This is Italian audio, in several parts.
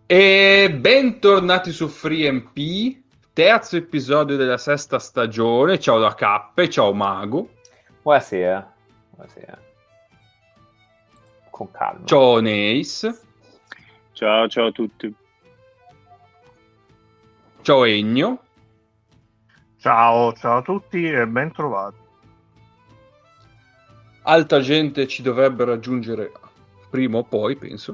E bentornati su FreeMP, terzo episodio della sesta stagione. Ciao da Cappe, ciao Mago. Buonasera. Con calma. Ciao Neis. Ciao a tutti. Ciao Ennio. Ciao a tutti e ben trovati. Altra gente ci dovrebbe raggiungere prima o poi, penso.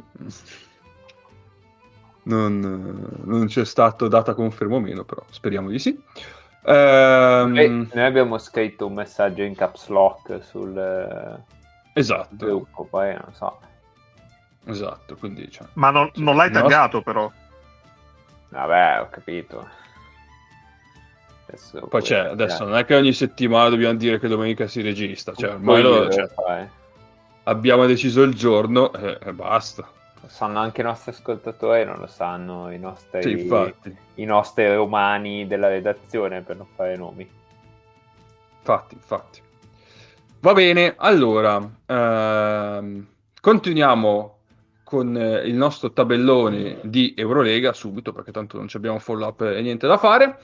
Non c'è stato data conferma o meno, però speriamo di sì. Noi abbiamo scritto un messaggio in caps lock sul Esatto. gruppo, poi non so. Esatto, quindi ma non l'hai taggato però. Vabbè, ho capito. Poi adesso non è che ogni settimana dobbiamo dire che domenica si registra, abbiamo deciso il giorno e basta. Lo sanno anche i nostri ascoltatori, non lo sanno i nostri romani della redazione, per non fare nomi. Infatti. Va bene, allora continuiamo con il nostro tabellone di Eurolega subito, perché tanto non abbiamo follow-up e niente da fare.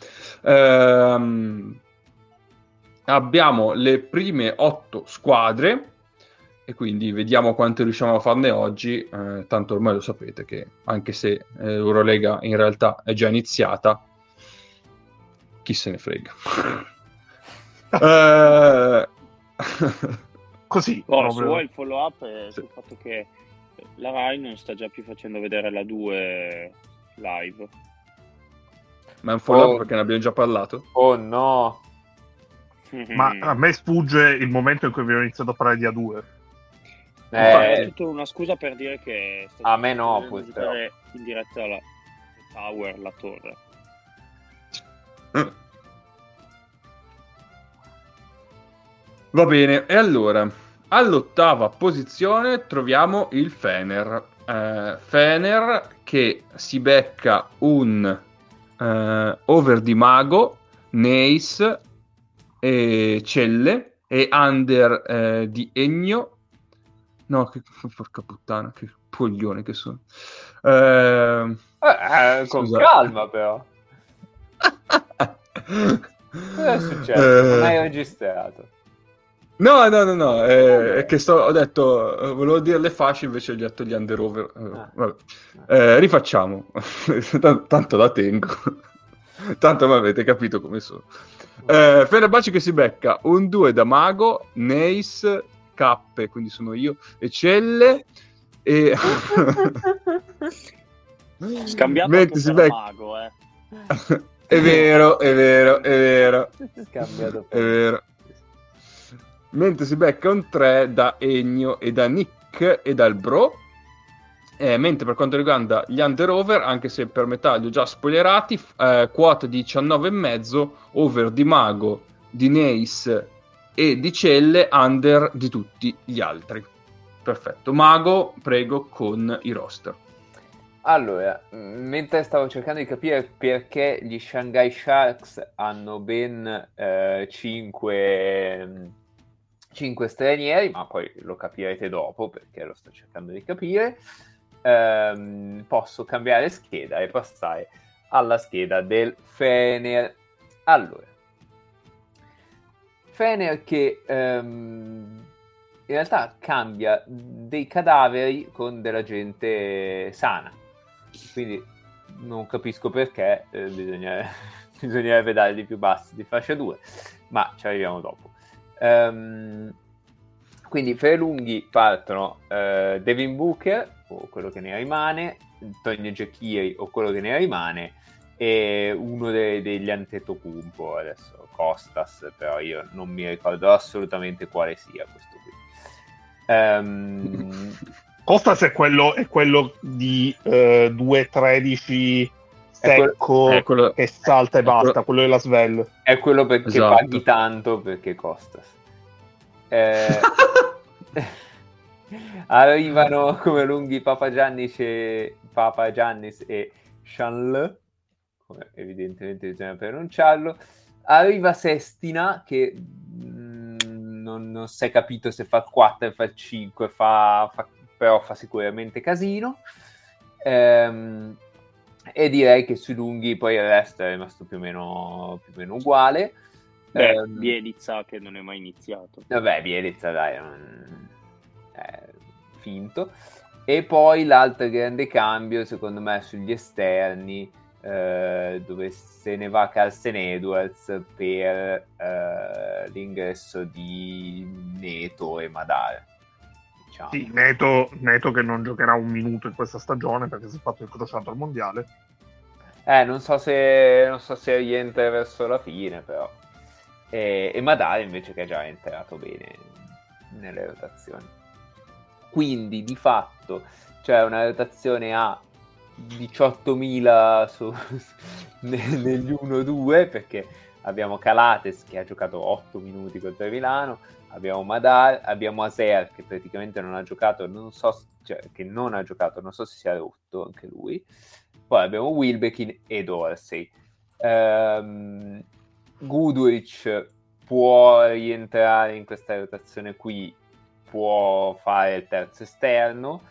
Abbiamo le prime 8 squadre e quindi vediamo quante riusciamo a farne oggi. Tanto ormai lo sapete che anche se Eurolega in realtà è già iniziata, chi se ne frega. Così se vuoi il follow up sul fatto che la Rai non sta già più facendo vedere la 2 live. Ma è un follow up perché ne abbiamo già parlato? Oh no! Ma a me sfugge il momento in cui abbiamo iniziato a parlare di A2. È tutta una scusa per dire che a me no, puoi in diretta la Tower, la torre. Va bene, e allora all'8ª posizione troviamo il Fener. Fener che si becca un over di Mago, Neis e Celle e under di Ennio. No, che porca puttana, che coglione che sono. Con calma però. Cosa è successo? Non hai registrato? No, è che ho detto, volevo dire le fasce, invece ho detto gli under over. Rifacciamo, tanto la tengo, tanto ma avete capito come sono. Fenerbahce che si becca un 2 da Mago, Neis, Cappe, quindi sono io, e Celle, e... Scambiato anche per Mago, È vero. Scambiato per... È vero. Mentre si becca un 3 da Ennio e da Nick e dal Bro. Mentre per quanto riguarda gli under-over, anche se per metà li ho già spoilerati, quota di 19,5, over di Mago, di Neis e di Celle, under di tutti gli altri. Perfetto. Mago, prego, con i roster. Allora, mentre stavo cercando di capire perché gli Shanghai Sharks hanno ben 5 stranieri, ma poi lo capirete dopo perché lo sto cercando di capire, posso cambiare scheda e passare alla scheda del Fener. Allora, Fener che in realtà cambia dei cadaveri con della gente sana, quindi non capisco perché bisognerebbe dare di più bassi di fascia 2, ma ci arriviamo dopo. Quindi per i lunghi partono Devin Booker o quello che ne rimane, Tonio Giochiri o quello che ne rimane, e uno degli Antetokounmpo, adesso Costas, però io non mi ricordo assolutamente quale sia questo qui. Costas è quello di 2,13 secco, quello, che salta e basta, quello della Svel. È quello perché esatto. Paghi tanto perché Costas. Arrivano come lunghi Papa Giannis e Chanle, come evidentemente bisogna pronunciarlo. Arriva Sestina che non si è capito se fa 4 fa 5, però fa sicuramente casino. E direi che sui lunghi poi il resto è rimasto più o meno uguale. Bielitsa che non è mai iniziato. Vabbè, Bielitsa dai, è finto. E poi l'altro grande cambio secondo me sugli esterni, dove se ne va Carsen Edwards per l'ingresso di Neto e Madar. Diciamo. Sì, Neto che non giocherà un minuto in questa stagione perché si è fatto il crociato al mondiale. Non so se rientra verso la fine, però. E Madar invece che è già entrato bene nelle rotazioni. Quindi di fatto c'è una rotazione a 18.000 negli 1-2, perché abbiamo Calates che ha giocato 8 minuti contro il Milano, abbiamo Madar, abbiamo Aser che praticamente non ha giocato, non so se si sia rotto anche lui, poi abbiamo Wilbekin e Dorsey. Guduric può rientrare in questa rotazione qui, può fare il terzo esterno.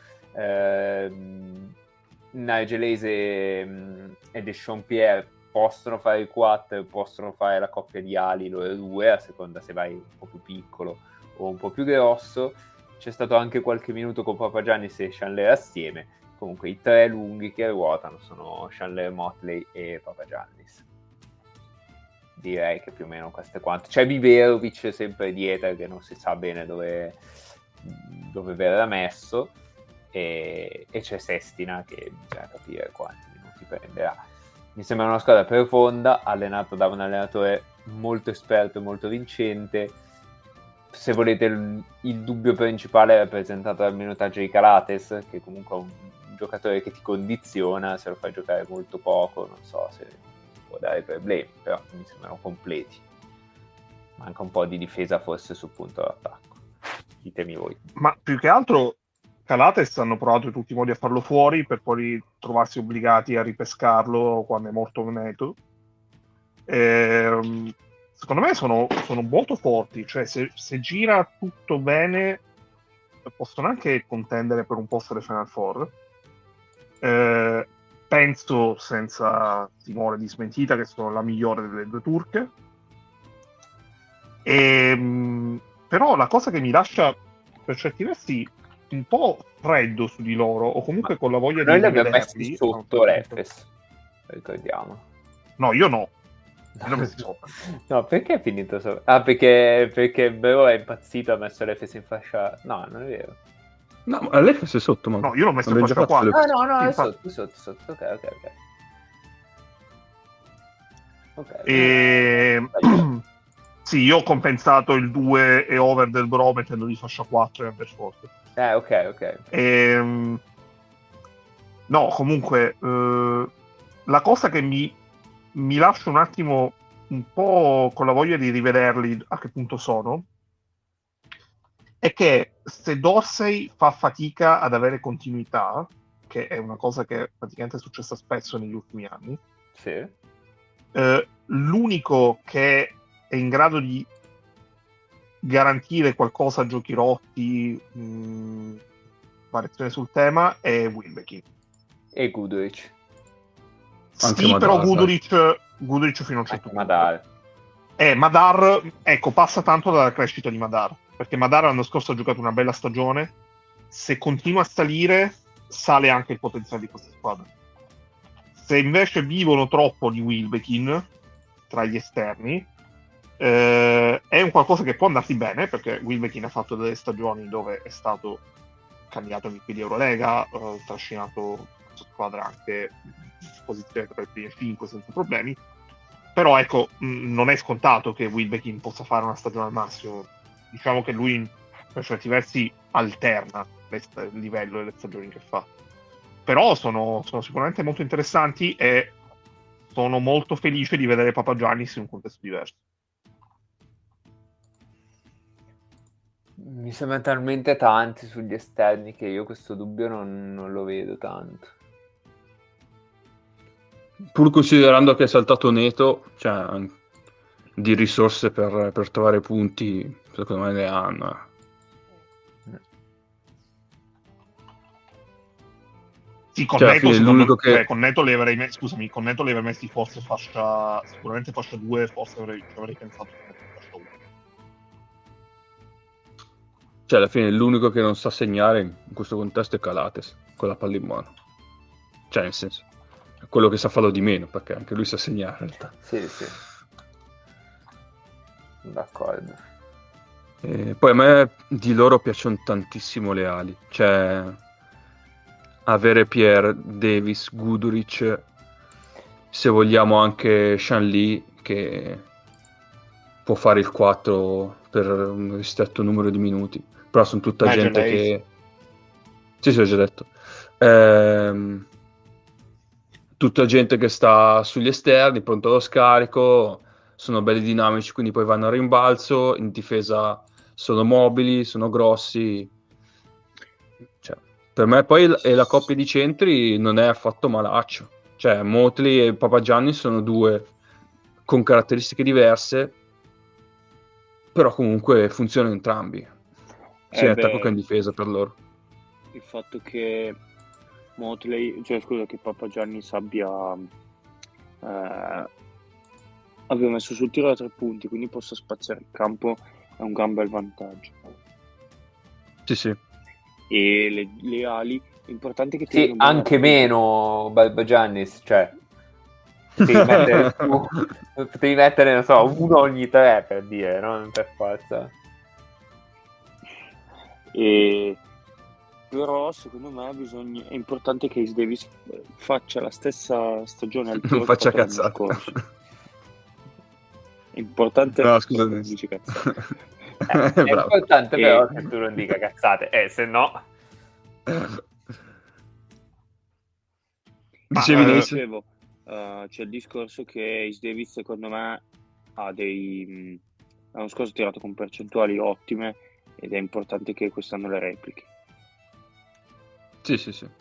Nigelese e Dechampierre possono fare i 4, possono fare la coppia di ali loro due, a seconda se vai un po' più piccolo o un po' più grosso. C'è stato anche qualche minuto con Papagiannis e Chandler assieme. Comunque i 3 lunghi che ruotano sono Chandler, Motley e Papagiannis. Direi che più o meno questo è quanto. C'è Biberovic sempre dietro che non si sa bene dove verrà messo, e c'è Sestina che bisogna capire quanti minuti prenderà. Mi sembra una squadra profonda, allenata da un allenatore molto esperto e molto vincente. Se volete il dubbio principale è rappresentato dal minutaggio di Calates, che comunque è un giocatore che ti condiziona, se lo fai giocare molto poco non so se può dare problemi, però mi sembrano completi. Manca un po' di difesa forse sul punto d'attacco, ditemi voi. Ma più che altro Calates hanno provato in tutti i modi a farlo fuori per poi trovarsi obbligati a ripescarlo quando è morto Neto. Secondo me sono molto forti, cioè se gira tutto bene possono anche contendere per un posto alle Final Four. Penso senza timore di smentita che sono la migliore delle due turche. Però la cosa che mi lascia per certi versi un po' freddo su di loro, o comunque con la voglia di rivederli. Noi li abbiamo messi sotto l'Efes, ricordiamo. No, io no. L'ho messi sopra. No, perché è finito sopra? Ah, perché Bero è impazzito, ha messo l'Efes in fascia. No, non è vero. No, l'Efes è sotto, ma no, io l'ho messo in fascia 4. Ah, no, è sotto. Ok. Sì, io ho compensato il 2 e over del Bro mettendo di fascia 4 e under forte. Ok. No, comunque la cosa che mi lascia un attimo un po' con la voglia di rivederli a che punto sono è che se Dorsey fa fatica ad avere continuità, che è una cosa che praticamente è successa spesso negli ultimi anni, sì. L'unico che è in grado di garantire qualcosa a giochi rotti, variazione sul tema, è Wilbekin. E Guduric. Sì, Madar, però Guduric fino a un certo punto. Madar, ecco, passa tanto dalla crescita di Madar, perché Madar l'anno scorso ha giocato una bella stagione, se continua a salire sale anche il potenziale di questa squadra. Se invece vivono troppo di Wilbekin tra gli esterni, è un qualcosa che può andarti bene, perché Wilbekin ha fatto delle stagioni dove è stato candidato MVP di Eurolega, trascinato questa squadra anche in posizione tra le prime 5 senza problemi. Però ecco, non è scontato che Wilbekin possa fare una stagione al massimo. Diciamo che lui per certi versi alterna il livello delle stagioni che fa. Però sono sicuramente molto interessanti e sono molto felice di vedere Papagiannis in un contesto diverso. Mi sembra talmente tanti sugli esterni che io questo dubbio non lo vedo tanto. Pur considerando che è saltato Neto, cioè di risorse per trovare punti, secondo me ne hanno. Sì, con Cioè, alla Neto, fine secondo l'unico me, che- cioè, con Neto li avrei messi, scusami, con Neto li avrei messi forse fascia, sicuramente fascia 2, forse avrei pensato che fascia 1. Cioè, alla fine l'unico che non sa segnare in questo contesto è Calates, con la palla in mano. Cioè, nel senso, è quello che sa farlo di meno, perché anche lui sa segnare in realtà. Sì. D'accordo. Poi a me di loro piacciono tantissimo le ali. Cioè, avere Pierre, Davis, Guduric, se vogliamo anche Shanli, che può fare il 4 per un ristretto numero di minuti. Però sono tutta Nigel gente Hayes. che... Sì, l'ho già detto. Tutta gente che sta sugli esterni, pronto allo scarico, sono belli dinamici, quindi poi vanno a rimbalzo, in difesa sono mobili, sono grossi. Cioè, per me poi e la coppia di centri non è affatto malaccio. Cioè, Motley e Papagianni sono due con caratteristiche diverse, però comunque funzionano entrambi, sia in attacco che in difesa per loro. Il fatto che Motley, cioè scusa, che Papagiannis abbia messo sul tiro da 3 punti, quindi possa spaziare il campo, è un gran bel vantaggio. Sì. E le ali, l'importante è che Sì, anche meno Balbagiannis, cioè potevi mettere, non so, uno ogni 3 per dire, non per forza. Però secondo me è importante che Ace Davis faccia la stessa stagione al tiro Non faccia che ha fatto l'anno cazzate. scorso. È importante. No, scusa, non dici cazzate. È importante però che tu non dica cazzate, se no... Dicevo, c'è il discorso che Ace Davis secondo me ha l'anno scorso tirato con percentuali ottime ed è importante che quest'anno le replichi. Sì.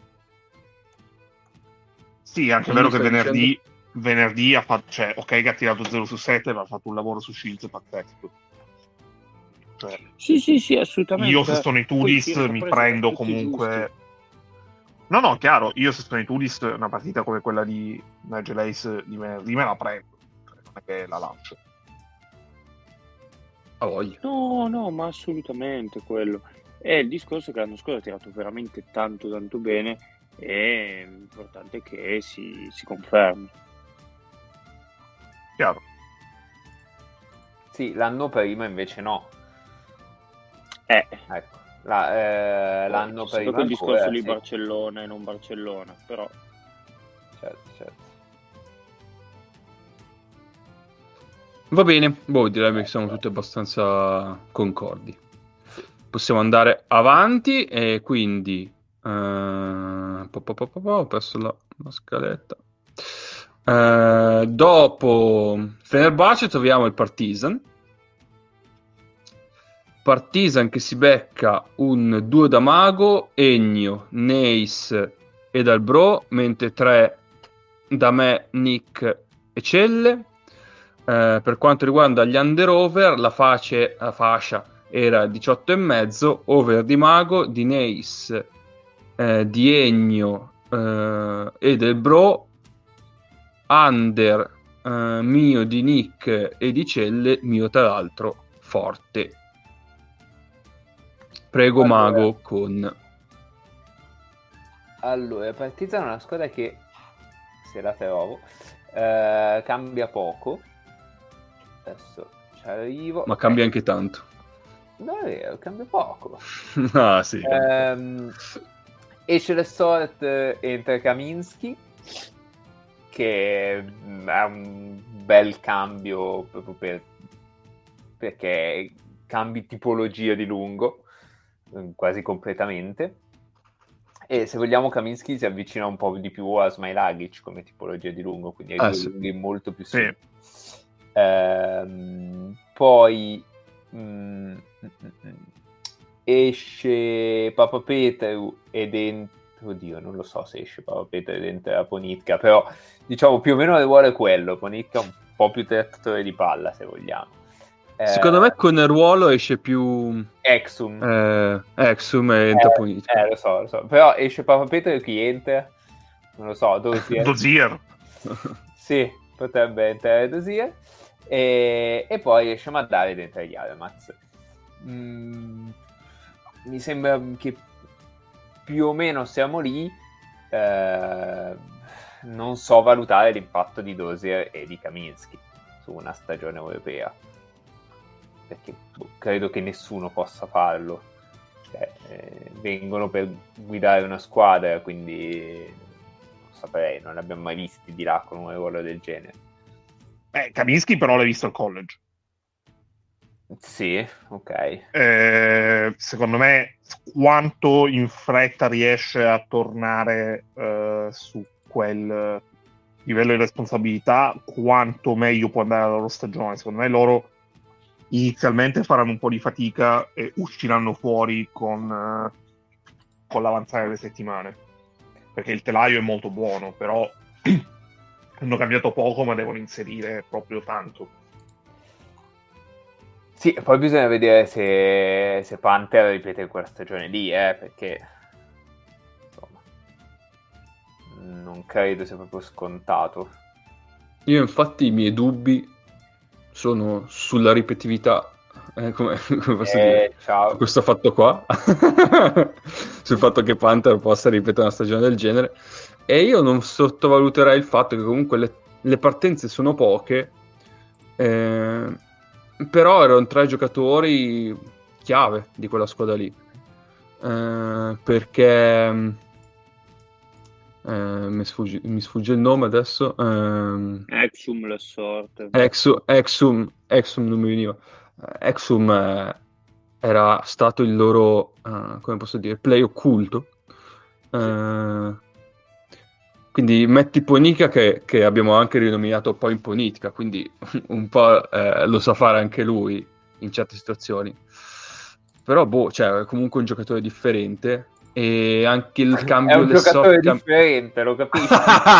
Sì, anche è vero che venerdì ha fatto, cioè, ok che ha tirato 0 su 7, ma ha fatto un lavoro su Shields pazzesco. Cioè, sì, assolutamente. Io se sono i Tudis mi prendo comunque... No, chiaro, io se sono i Tudis una partita come quella di Nigel Hayes di venerdì me la prendo, non è che la lancio. No, ma assolutamente quello. È il discorso che l'anno scorso ha tirato veramente tanto bene e è importante che si confermi. Chiaro. Sì, l'anno prima invece no. Ecco. L'anno prima quel discorso lì sì. Barcellona e non Barcellona, però certo. Va bene, direi che siamo tutti abbastanza concordi. Possiamo andare avanti e quindi ho perso la scaletta. Dopo Fenerbahce troviamo il Partizan che si becca un 2 da mago, Ennio, Neis e Dalbro, mentre 3 da me, Nick e Celle. Per quanto riguarda gli under-over, la fascia era 18,5, over di mago, di Neis, di Ennio e del Bro, under mio di Nick e di Celle, mio tra l'altro forte. Prego, allora, mago con... Allora, Partizan è una squadra che, se la trovo, cambia poco. Adesso ci arrivo. Ma cambia anche tanto. No, è vero, cambia poco. Ah, sì. Esce Sort, entra Kaminsky, che è un bel cambio proprio perché cambi tipologia di lungo quasi completamente, e se vogliamo Kaminsky si avvicina un po' di più a Smailagic come tipologia di lungo, quindi ai due lunghi molto più simili. Poi esce Papapetrou ed oddio, non lo so se esce Papapetrou ed entra Ponitka, però diciamo più o meno le vuole quello. Ponitka un po' più trattatore di palla, se vogliamo. Secondo me con il ruolo esce più Exum e entra Ponitka. Lo so, però esce Papapetrou e chi entra? non lo so, Dozier. Dozier. Sì, potrebbe entrare Dozier. E poi riusciamo a dare dentro gli Almaz. Mi sembra che più o meno siamo lì. Non so valutare l'impatto di Dozier e di Kaminsky su una stagione europea, perché credo che nessuno possa farlo. Vengono per guidare una squadra, quindi non saprei, non li abbiamo mai visti di là con un ruolo del genere. Kaminsky però l'hai visto al college. Sì, ok. Secondo me quanto in fretta riesce a tornare su quel livello di responsabilità, quanto meglio può andare la loro stagione. Secondo me loro inizialmente faranno un po' di fatica e usciranno fuori con l'avanzare delle settimane, perché il telaio è molto buono, però hanno cambiato poco, ma devono inserire proprio tanto. Sì, poi bisogna vedere se Panther ripete quella stagione lì, perché insomma non credo sia proprio scontato. Io infatti i miei dubbi sono sulla ripetitività, come posso dire, ciao. su questo fatto qua, sul fatto che Panther possa ripetere una stagione del genere, e io non sottovaluterei il fatto che comunque le partenze sono poche, però erano 3 giocatori chiave di quella squadra lì, perché mi sfugge il nome adesso. Exum la sorte. Exum non mi veniva. Exum era stato il loro, come posso dire, play occulto. Quindi metti Ponica che abbiamo anche rinominato poi in Politica, quindi un po' lo sa fare anche lui in certe situazioni. Però cioè, è comunque un giocatore differente, e anche il cambio... È un giocatore differente, lo capisci?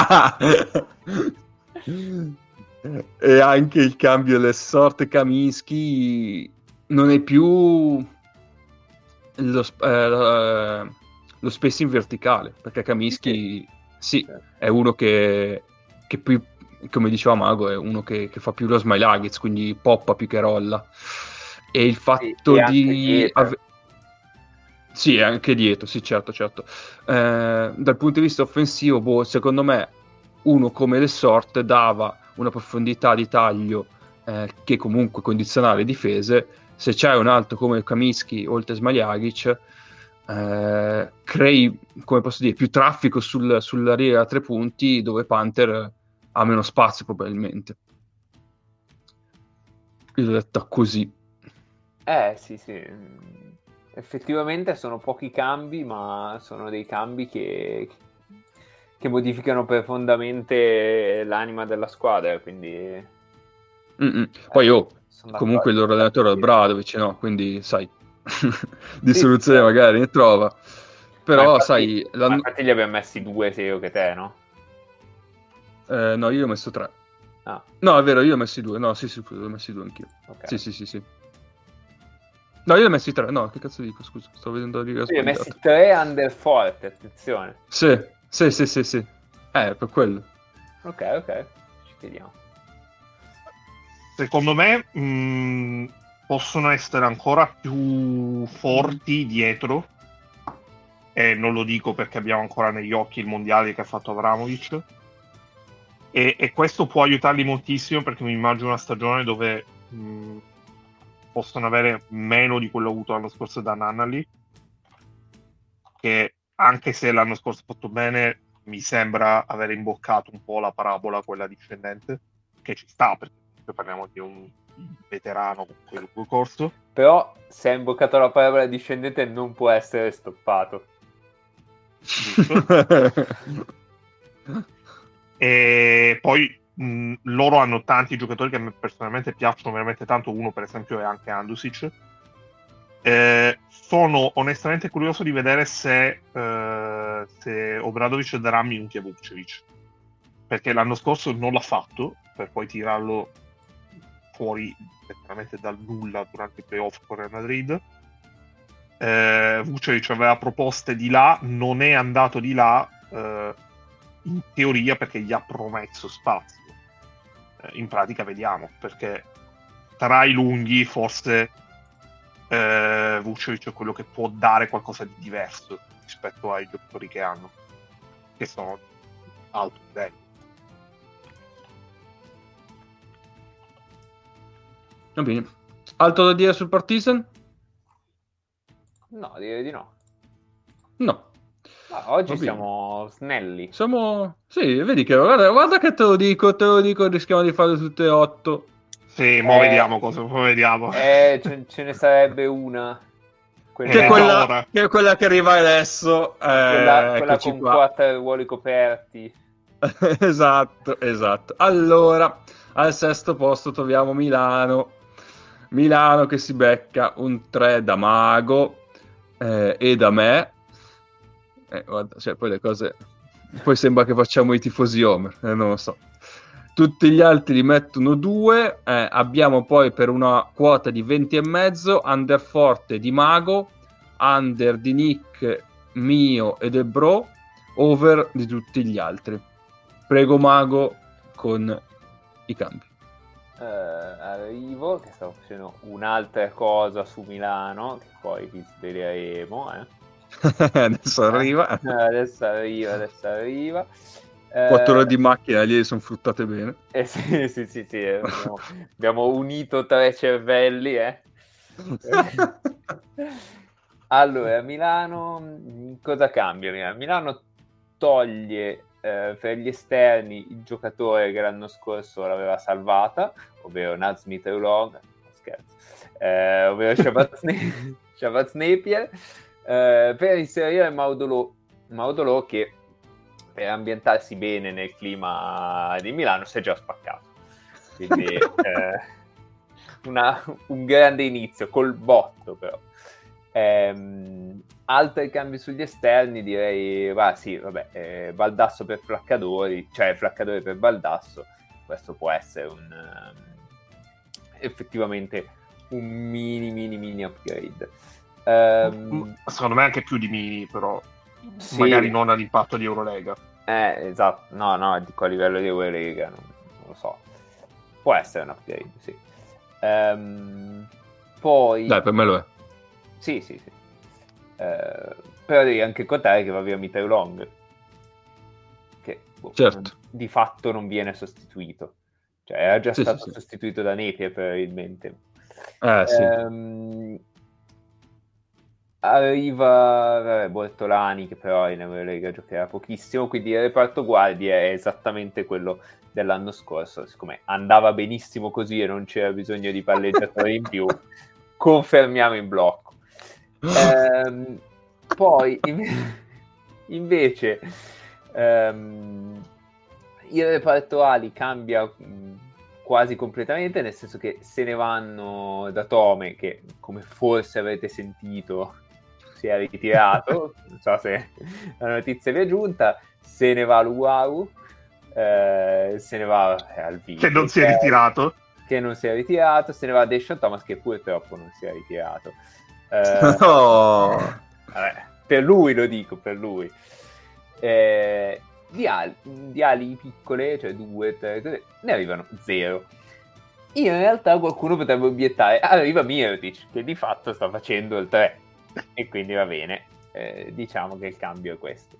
E anche il cambio delle sorte Kaminsky non è più lo spacing verticale, perché Kaminsky sì, è uno che più, come diceva Mago, è uno che fa più lo smile nuggets, quindi poppa più che rolla, e il fatto di sì, anche dietro, sì, certo. Dal punto di vista offensivo, secondo me uno come Le Sorte dava una profondità di taglio che comunque condizionava le difese. Se c'è un altro come Kaminsky oltre a Smailagic, crei, come posso dire, più traffico sulla riga a 3 punti, dove Panther ha meno spazio probabilmente. Io l'ho detta così. Sì. Effettivamente sono pochi cambi, ma sono dei cambi che modificano profondamente l'anima della squadra, quindi... Poi comunque il loro allenatore è Obradovic, no? Quindi sai, di sì, soluzione sì, magari ne trova. Però infatti, sai... infatti li abbiamo messi 2 sia io che te, no? No, io ho messo 3. Ah. No, è vero, io ho messi 2. No, sì, li ho messi 2 anch'io. Okay. Sì. No, io li ho messi 3. No, che cazzo dico, scusa. Sto vedendo la riga sbagliata. Io ho messi 3 under forte, attenzione. Sì. Per quello. Ok, ci vediamo. Secondo me possono essere ancora più forti dietro, e non lo dico perché abbiamo ancora negli occhi il mondiale che ha fatto Abramovic, e questo può aiutarli moltissimo, perché mi immagino una stagione dove possono avere meno di quello avuto l'anno scorso da Nannali, che anche se l'anno scorso ha fatto bene, mi sembra aver imboccato un po' la parabola, quella discendente, che ci sta, perché parliamo di un veterano con quel lungo corso. Però se ha imboccato la parabola discendente non può essere stoppato. Giusto. E poi loro hanno tanti giocatori che a me personalmente piacciono veramente tanto. Uno per esempio è anche Andusic. Sono onestamente curioso di vedere se Obradovic darà minuti a Vukcevic, perché l'anno scorso non l'ha fatto, per poi tirarlo fuori letteralmente dal nulla durante i playoff con Real Madrid. Vucevic aveva proposte di là, non è andato di là, in teoria perché gli ha promesso spazio. In pratica vediamo, perché tra i lunghi forse Vucevic è quello che può dare qualcosa di diverso rispetto ai giocatori che hanno, che sono alto livello. Va bene. Altro da dire sul Partizan? No, direi di no. No. Ma oggi siamo snelli. Sì, vedi che guarda che te lo dico, rischiamo di fare tutte e 8. Sì, mo vediamo cosa, mo vediamo. Ce ne sarebbe una. Che è quella che arriva adesso. Quella con 4 ruoli coperti. Esatto. Allora, al sesto posto troviamo Milano che si becca un 3 da Mago e da me. Guarda, cioè, poi le cose... Poi sembra che facciamo i tifosi Homer, non lo so. Tutti gli altri li mettono 2. Abbiamo poi per una quota di 20,5 under forte di Mago, under di Nick, mio e del Bro, over di tutti gli altri. Prego Mago con i cambi. Arrivo, che stavo facendo un'altra cosa su Milano, che poi vi sveleremo. Adesso arriva. Adesso arriva. 4 ore di macchina, lì sono fruttate bene. Sì. Abbiamo unito 3 cervelli, Allora, Milano, cosa cambia? Milano toglie per gli esterni il giocatore che l'anno scorso l'aveva salvata, ovvero Nazmith Long, scherzo, ovvero Shabazz Napier, per inserire Maudolo che per ambientarsi bene nel clima di Milano si è già spaccato, quindi un grande inizio col botto. Però altri cambi sugli esterni, direi Baldasso per Flaccadori, cioè Flaccadori per Baldasso. Questo può essere effettivamente un mini upgrade. Secondo me anche più di mini, però sì. Magari non all'impatto di Eurolega. Esatto, no, dico a livello di Eurolega, non lo so. Può essere un upgrade, sì. Poi... Dai, per me lo è. Sì. Però devi anche contare che va via Mitchell Long, che certo. Di fatto non viene sostituito. Cioè era già stato sostituito da Napier probabilmente. Sì. Arriva Bortolani, che però in Eurolega giocherà pochissimo, quindi il reparto guardie è esattamente quello dell'anno scorso. Siccome andava benissimo così e non c'era bisogno di palleggiatori in più, confermiamo in blocco. Poi invece il reparto ali cambia quasi completamente, nel senso che se ne vanno da Tome, che come forse avete sentito si è ritirato, non so se la notizia vi è giunta, se ne va Luau, se ne va Alvini, che non si è ritirato, se ne va Deshaun Thomas, che purtroppo non si è ritirato. Per lui lo dico, per lui. Di ali piccole, cioè 2, 3, ne arrivano 0. In realtà qualcuno potrebbe obiettare, arriva Mirotic, che di fatto sta facendo il 3, e quindi va bene, diciamo che il cambio è questo.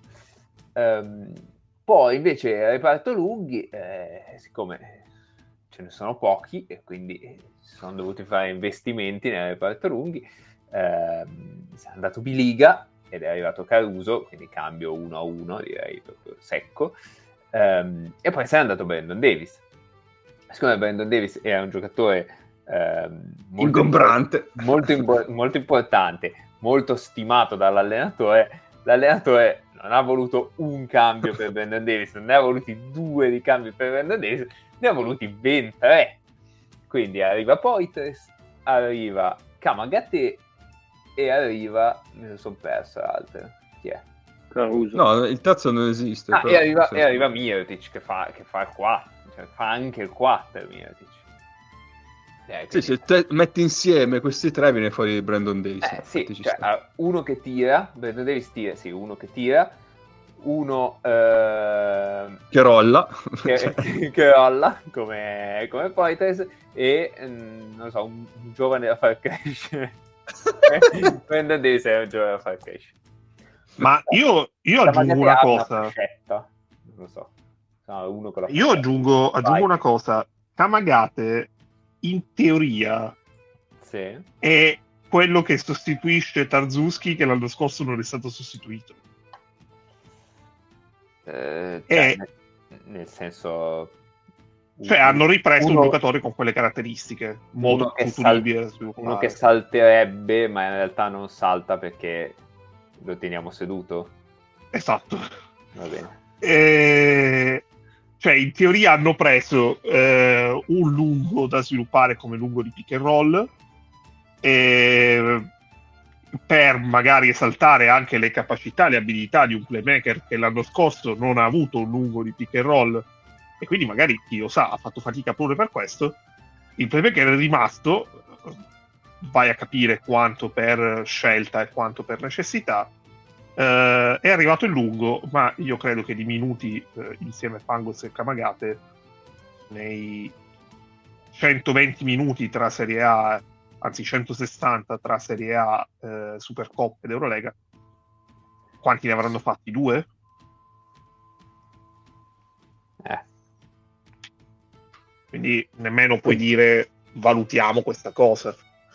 Poi invece reparto lunghi, siccome ce ne sono pochi e quindi si sono dovuti fare investimenti nel reparto lunghi, si è andato Biliga ed è arrivato Caruso, quindi cambio 1-1, direi proprio secco, e poi se n'è andato Brandon Davis. Siccome Brandon Davis era un giocatore ingombrante, molto importante, molto stimato dall'allenatore, l'allenatore non ha voluto un cambio per Brandon Davis, non ne ha voluti 2 di cambi per Brandon Davis, ne ha voluti ben 3. Quindi arriva Poitres, arriva Kamagaté e arriva, mi sono perso l'altro, chi è? Caruso. No, il terzo non esiste. E arriva Mirotic che fa il 4, cioè fa anche il 4 Mirotic. Sì, se te metti insieme questi 3 viene fuori Brandon Davis. Sì, cioè, uno che tira, Brandon Davis tira, sì, uno che tira, uno che rolla che rolla come Poitres e non so, un giovane da far crescere. Quando devi essere un giovane da far crescere. Ma io aggiungo una cosa. Non so. No, uno con la io aggiungo una cosa. Kamagate in teoria è quello che sostituisce Tarzuski, che l'anno scorso non è stato sostituito. Nel senso, cioè hanno ripreso un giocatore con quelle caratteristiche molto futuribili, uno che salterebbe, ma in realtà non salta perché lo teniamo seduto. Esatto. Va bene. Cioè in teoria hanno preso un lungo da sviluppare come lungo di pick and roll, per magari esaltare anche le capacità, le abilità di un playmaker che l'anno scorso non ha avuto un lungo di pick and roll, e quindi magari, chi lo sa, ha fatto fatica pure per questo. Il playmaker è rimasto, vai a capire quanto per scelta e quanto per necessità. È arrivato il lungo, ma io credo che di minuti insieme a Pangos e Kamagate, nei 120 minuti tra Serie A, anzi 160 tra Serie A, Supercoppa ed Eurolega, quanti ne avranno fatti? 2? Quindi nemmeno puoi dire valutiamo questa cosa.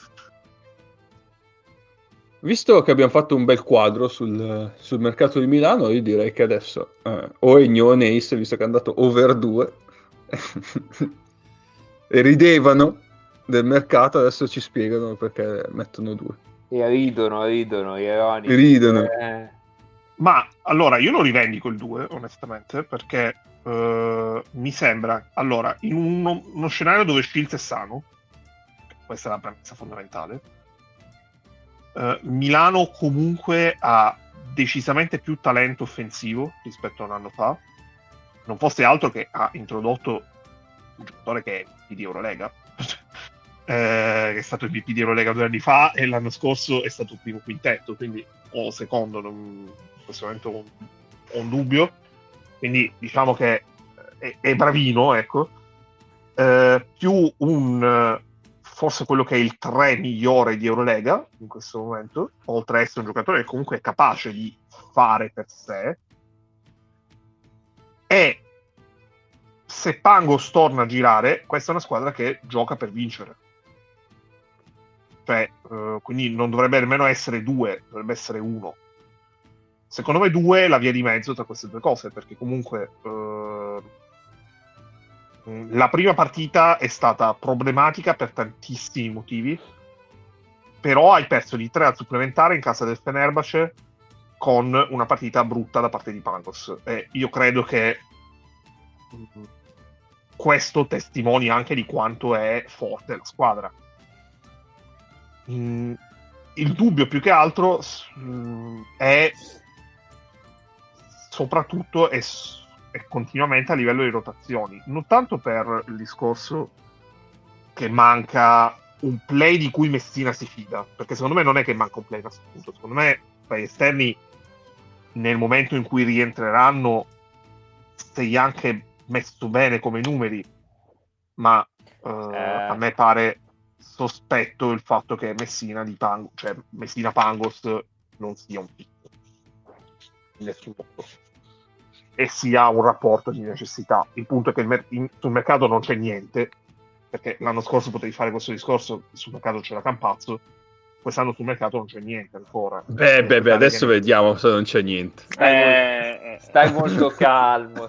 Visto che abbiamo fatto un bel quadro sul mercato di Milano, io direi che adesso o Ennio o Neis, visto che è andato over 2 e ridevano del mercato, adesso ci spiegano perché mettono 2 e ridono ironici. Ridono. Ma allora io lo rivendico il 2 onestamente, perché mi sembra, allora, in uno scenario dove Shields è sano, questa è la premessa fondamentale, Milano comunque ha decisamente più talento offensivo rispetto a un anno fa, non fosse altro che ha introdotto un giocatore che è MVP di Eurolega, che è stato MVP di Eurolega 2 anni fa, e l'anno scorso è stato primo quintetto, quindi o secondo, in questo momento ho un dubbio, quindi diciamo che è bravino, ecco. Più forse quello che è il 3 migliore di Eurolega in questo momento, oltre a essere un giocatore che comunque è capace di fare per sé. E se Pangos torna a girare, questa è una squadra che gioca per vincere, cioè quindi non dovrebbe nemmeno essere 2, dovrebbe essere 1. Secondo me 2 è la via di mezzo tra queste due cose, perché comunque la prima partita è stata problematica per tantissimi motivi, però hai perso di 3 al supplementare in casa del Fenerbahce con una partita brutta da parte di Pangos, e io credo che questo testimoni anche di quanto è forte la squadra. Il dubbio più che altro è soprattutto è continuamente a livello di rotazioni, non tanto per il discorso che manca un play di cui Messina si fida, perché secondo me non è che manca un play a questo punto, secondo me per gli esterni nel momento in cui rientreranno sei anche messo bene come numeri, ma a me pare sospetto il fatto che Messina Pangos non sia un picco in nessun modo e sia un rapporto di necessità. Il punto è che sul mercato non c'è niente, perché l'anno scorso potevi fare questo discorso, sul mercato c'era Campazzo, quest'anno sul mercato non c'è niente ancora. Beh, adesso vediamo se non c'è niente. Stai molto calmo.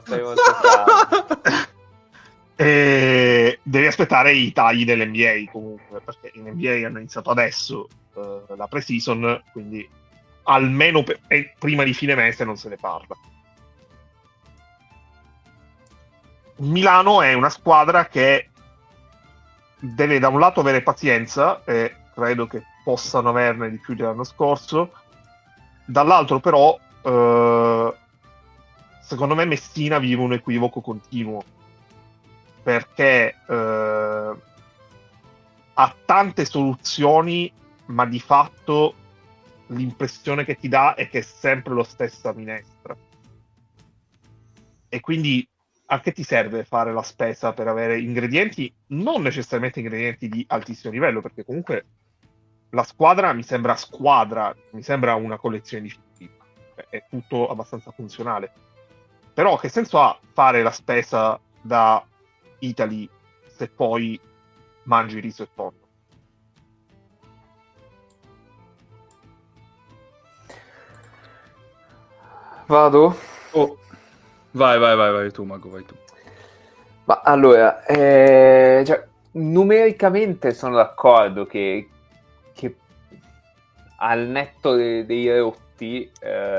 Devi aspettare i tagli dell'NBA comunque, perché in NBA hanno iniziato adesso la pre-season, quindi almeno prima di fine mese non se ne parla. Milano è una squadra che deve da un lato avere pazienza, e credo che possano averne di più dell'anno scorso, dall'altro però secondo me Messina vive un equivoco continuo, perché ha tante soluzioni, ma di fatto l'impressione che ti dà è che è sempre la stessa minestra, e quindi a che ti serve fare la spesa per avere ingredienti, non necessariamente ingredienti di altissimo livello, perché comunque la squadra mi sembra una collezione di figli, è tutto abbastanza funzionale. Però che senso ha fare la spesa da Italy se poi mangi riso e tonno? Vado? Oh. Vai tu, Mago, vai tu. Ma allora, cioè, numericamente sono d'accordo che al netto dei rotti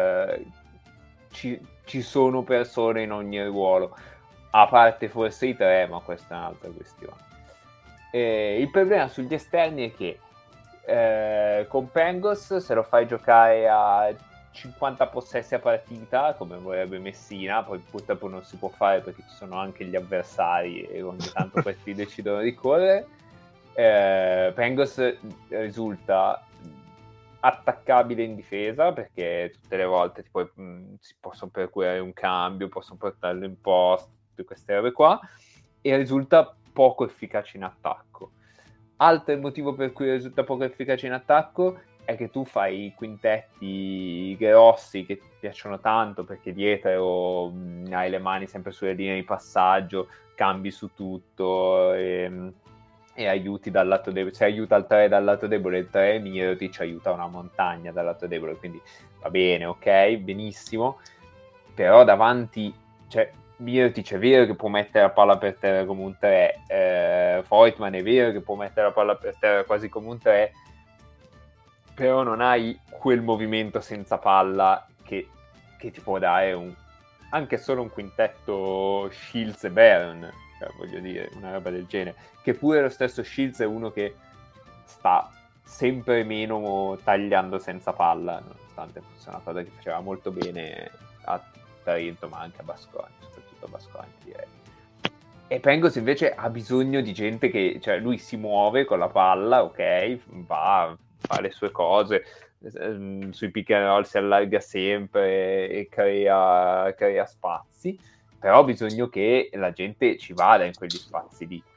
ci sono persone in ogni ruolo, a parte forse i tre, ma questa è un'altra questione. Il problema sugli esterni è che con Pangos, se lo fai giocare a 50 possessi a partita, come vorrebbe Messina, poi purtroppo non si può fare perché ci sono anche gli avversari e ogni tanto questi decidono di correre, Pangos risulta attaccabile in difesa, perché tutte le volte si possono percurare un cambio, possono portarlo in post, tutte queste robe qua, e risulta poco efficace in attacco. Altro motivo per cui risulta poco efficace in attacco è che tu fai quintetti grossi che ti piacciono tanto, perché dietro hai le mani sempre sulle linee di passaggio, cambi su tutto e aiuti dal lato debole. Se aiuta il 3 dal lato debole, il 3 Mirotic aiuta una montagna dal lato debole, quindi va bene, ok, benissimo, però davanti, cioè Mirotic è vero che può mettere la palla per terra come un 3, Voigtman è vero che può mettere la palla per terra quasi come un 3, però non hai quel movimento senza palla che ti può dare anche solo un quintetto Shields e Baron, cioè, voglio dire, una roba del genere, che pure lo stesso Shields è uno che sta sempre meno tagliando senza palla, nonostante fosse una cosa che faceva molto bene a Trento, ma anche a Baskonia, soprattutto a Baskonia, direi. E Pangos invece ha bisogno di gente che, cioè, lui si muove con la palla, ok, fa le sue cose, sui pick and roll si allarga sempre e crea spazi, però ha bisogno che la gente ci vada in quegli spazi lì.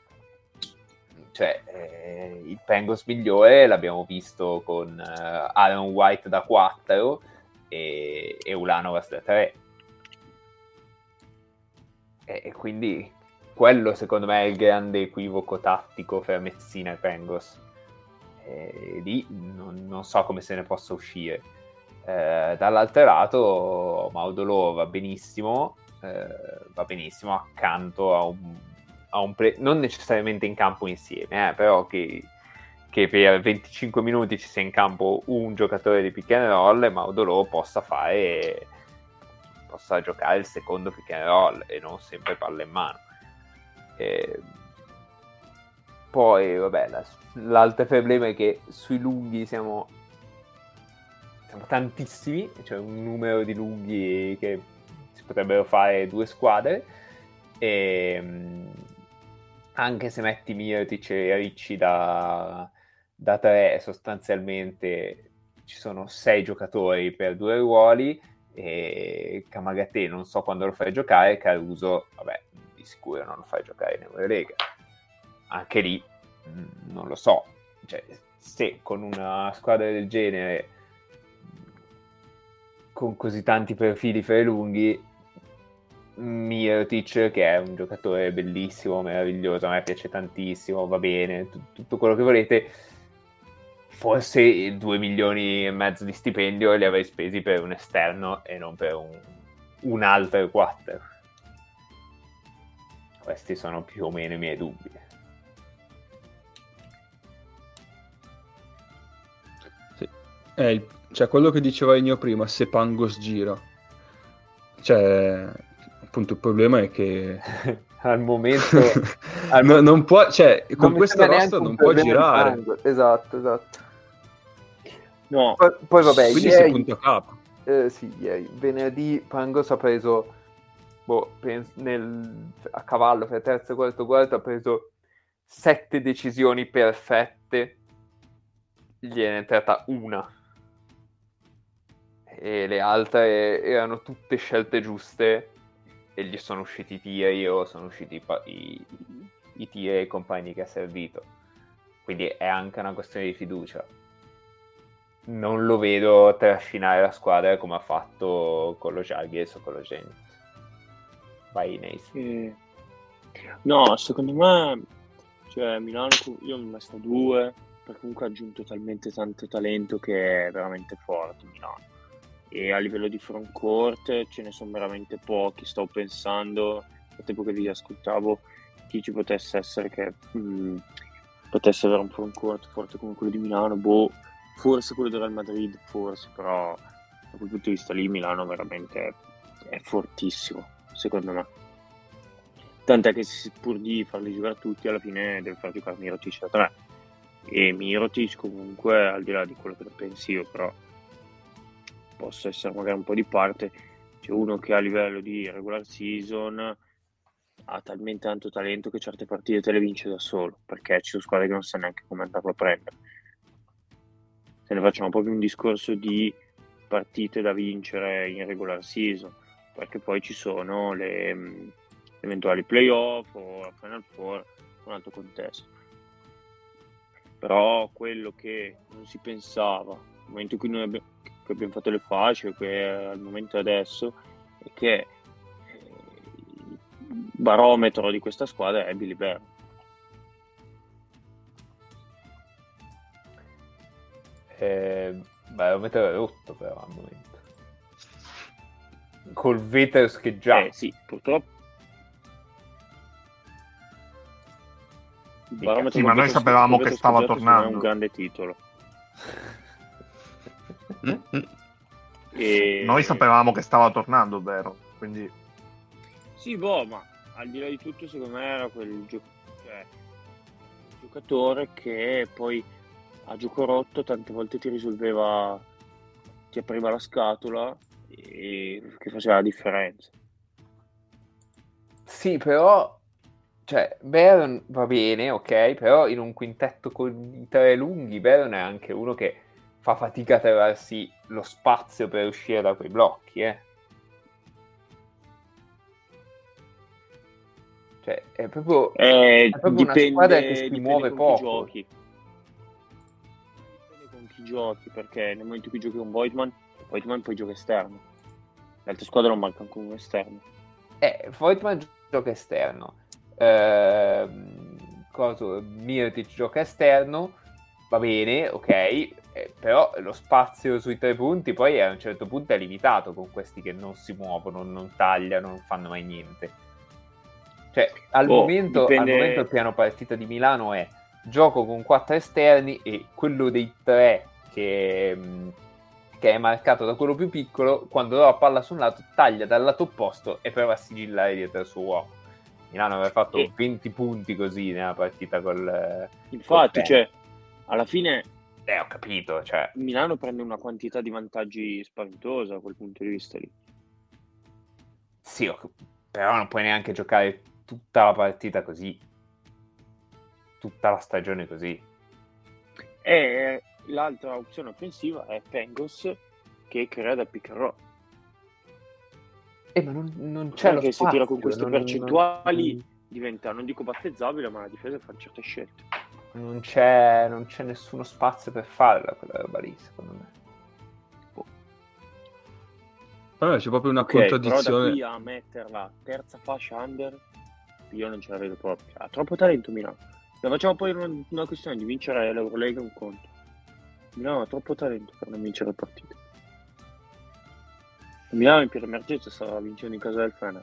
Cioè, il Pangos migliore l'abbiamo visto con Aaron White da 4 e Ulanovas da 3. E quindi quello secondo me è il grande equivoco tattico fra Messina e Pangos. Lì non so come se ne possa uscire. Dall'altro lato Maudolo va benissimo accanto a un non necessariamente in campo insieme, però che per 25 minuti ci sia in campo un giocatore di pick and roll e Maudolo possa giocare il secondo pick and roll e non sempre palla in mano. Poi vabbè, l'altro problema è che sui lunghi siamo tantissimi, cioè un numero di lunghi che si potrebbero fare 2 squadre, e anche se metti Mirotic e Ricci da 3, sostanzialmente ci sono 6 giocatori per 2 ruoli, e Kamagate non so quando lo fai giocare, Caruso vabbè di sicuro non lo fai giocare in Eurolega, anche lì non lo so, cioè, se con una squadra del genere con così tanti profili fra i lunghi, Mirotic, che è un giocatore bellissimo, meraviglioso, a me piace tantissimo, va bene, tutto quello che volete, forse 2 milioni e mezzo di stipendio li avrei spesi per un esterno e non per un altro 4. Questi sono più o meno i miei dubbi. Sì. Cioè, quello che diceva io prima, se Pangos gira, cioè, appunto il problema è che al momento non può, cioè, con questo roster non può girare. Esatto. No. Poi vabbè, quindi ieri, si punta a capo. sì, ieri, venerdì Pangos ha preso a cavallo per terzo e quarto ha preso 7 decisioni perfette, gliene è entrata una e le altre erano tutte scelte giuste, e gli sono usciti i tiri o sono usciti i tiri ai compagni che ha servito. Quindi è anche una questione di fiducia. Non lo vedo trascinare la squadra come ha fatto con lo Žalgiris o con lo Zenit. Vai Neis. No, secondo me, cioè, Milano, io mi ho messo 2, perché comunque ha aggiunto talmente tanto talento che è veramente forte Milano. E a livello di frontcourt ce ne sono veramente pochi. Stavo pensando, nel tempo che vi ascoltavo, chi ci potesse essere che potesse avere un frontcourt forte come quello di Milano. Forse quello del Real Madrid, forse, però da quel punto di vista lì Milano veramente è fortissimo, secondo me. Tant'è che pur di farli giocare tutti, alla fine deve far giocare Mirotic da 3. E Mirotic comunque, al di là di quello che ne pensi io, però posso essere magari un po' di parte, c'è uno che a livello di regular season ha talmente tanto talento che certe partite te le vince da solo, perché ci sono squadre che non sanno neanche come andarlo a prendere. Se ne facciamo proprio un discorso di partite da vincere in regular season, perché poi ci sono le eventuali playoff o la Final Four, un altro contesto. Però quello che non si pensava nel momento in cui noi abbiamo fatto le fasce, che al momento adesso, è che il barometro di questa squadra è Billy Bear. Lo mettere rotto però al momento. Col Veters che già... Sì, purtroppo. Sì, ma noi sapevamo che stava tornando. È un grande titolo. Noi sapevamo che stava tornando, vero? Quindi... Sì, ma al di là di tutto, secondo me era quel giocatore che poi a gioco rotto tante volte ti risolveva, ti apriva la scatola e che faceva la differenza. Sì, però cioè Baron va bene, ok, però in un quintetto con i 3 lunghi Baron è anche uno che fa fatica a trovarsi lo spazio per uscire da quei blocchi, Cioè è proprio una squadra che si muove poco. Dipende con chi giochi, perché nel momento in cui giochi con Voigtman poi gioca esterno. Le altre squadre non mancano con un esterno. Voigtman gioca esterno. Mirotic gioca esterno, va bene, ok, però lo spazio sui 3 punti poi a un certo punto è limitato con questi che non si muovono, non tagliano, non fanno mai niente. Cioè al momento il piano partita di Milano è gioco con 4 esterni e quello dei 3 che è marcato da quello più piccolo, quando dà la palla su un lato taglia dal lato opposto e prova a sigillare dietro il suo uomo. Milano aveva fatto 20 punti così nella partita infatti, cioè, alla fine ho capito, cioè Milano prende una quantità di vantaggi spaventosa da quel punto di vista lì. Sì, però non puoi neanche giocare tutta la partita così, tutta la stagione così. E l'altra opzione offensiva è Pengos che crea da pick and roll. Ma non c'è lo spazio. Se tira con queste percentuali diventa, non dico battezzabile, ma la difesa fa certe scelte. Non c'è nessuno spazio per farla quella roba lì, secondo me. Allora, c'è proprio una contraddizione. Però da qui a metterla terza fascia under, io non ce la vedo proprio. Ha troppo talento Milano. La facciamo poi una questione di vincere l'Eurolega, un conto. Milano ha troppo talento per non vincere le partite. Milano in piena emergenza stava vincendo in casa del Fener,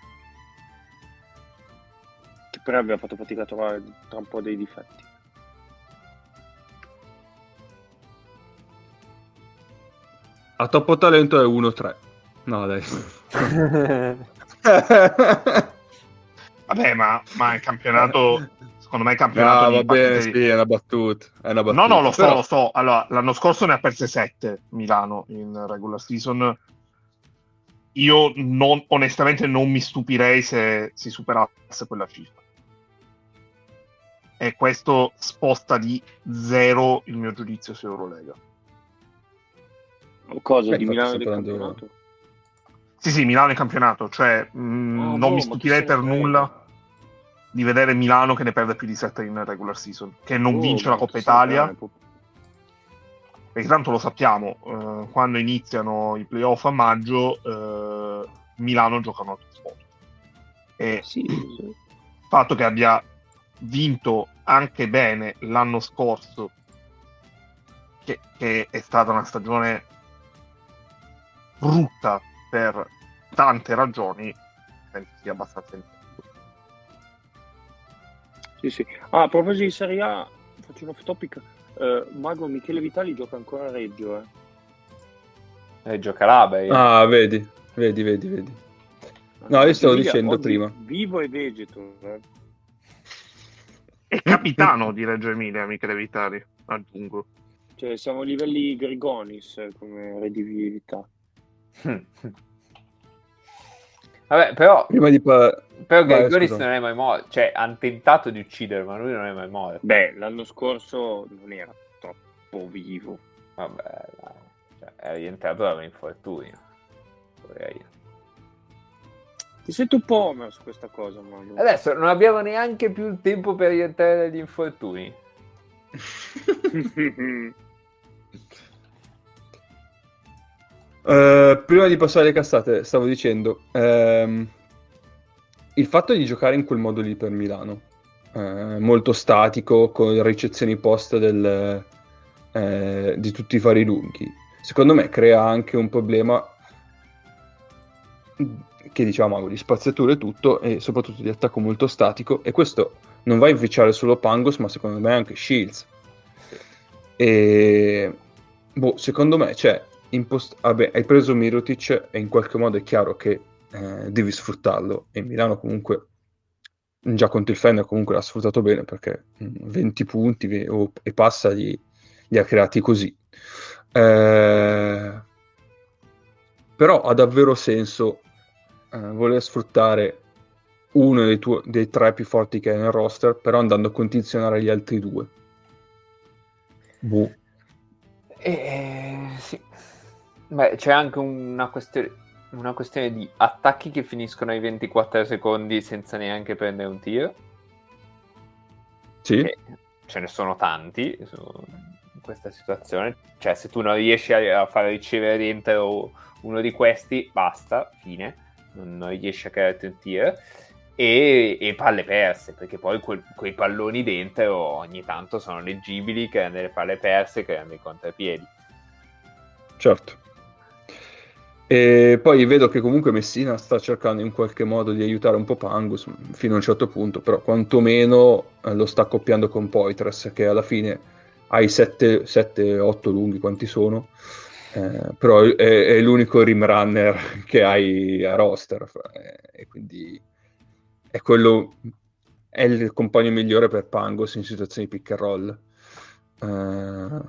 che però aveva fatto fatica a trovare tra un po' dei difetti. A troppo talento è 1-3. No, dai. Vabbè, ma il campionato, secondo me il campionato va bene, sì, è una battuta. No, lo so. Allora, l'anno scorso ne ha perse 7 Milano in regular season. Io onestamente non mi stupirei se si superasse quella cifra. E questo sposta di 0 il mio giudizio su Eurolega. Cosa di Milano del campionato? Sì, Milano è campionato, cioè non mi stupirei per nulla di vedere Milano che ne perde più di 7 in regular season, che non vince la Coppa Italia, perché tanto lo sappiamo, quando iniziano i playoff a maggio Milano giocano a spot. E il fatto che abbia vinto anche bene l'anno scorso, che è stata una stagione brutta per tante ragioni, penso sia abbastanza sì. A proposito di Serie A, faccio un off topic. Mago, Michele Vitali gioca ancora a Reggio, Reggio Calabria. Ah, vedi. No, io stavo dicendo prima. Vivo e vegeto. È capitano di Reggio Emilia, Michele Vitali, aggiungo. Cioè, siamo a livelli Grigonis come redditività. Vabbè, però Grigonis scusa. non è mai morto. Cioè, hanno tentato di ucciderlo, ma lui non è mai morto. Beh, l'anno scorso non era troppo vivo. Vabbè, dai. Cioè, è rientrato dall'infortunio. Ti sento un po' Homer su questa cosa, Mago. Adesso non abbiamo neanche più il tempo per rientrare dagli infortuni. Prima di passare alle cassate, stavo dicendo il fatto di giocare in quel modo lì per Milano, molto statico, con ricezioni post di tutti i vari lunghi, secondo me crea anche un problema che diciamo di spaziature e tutto, e soprattutto di attacco molto statico, e questo non va a inficiare solo Pangos, ma secondo me anche Shields. E secondo me hai preso Mirotic e in qualche modo è chiaro che devi sfruttarlo, e Milano comunque già contro il Fener comunque l'ha sfruttato bene, perché 20 punti e passa li ha creati così. Però ha davvero senso voler sfruttare uno dei tre più forti che hai nel roster, però andando a condizionare gli altri due. Sì. Beh, c'è anche una questione di attacchi che finiscono ai 24 secondi senza neanche prendere un tiro. Sì. Ce ne sono tanti in questa situazione. Cioè, se tu non riesci a far ricevere dentro uno di questi, basta, fine. Non riesci a crearti un tiro. E palle perse, perché poi quei palloni dentro ogni tanto sono leggibili, creano delle palle perse, creano dei contrapiedi. Certo. E poi vedo che comunque Messina sta cercando in qualche modo di aiutare un po' Pangos fino a un certo punto, però quantomeno lo sta accoppiando con Poitras, che alla fine hai 7-8 lunghi, quanti sono, però è l'unico rim runner che hai a roster, e quindi è il compagno migliore per Pangos in situazioni di pick and roll.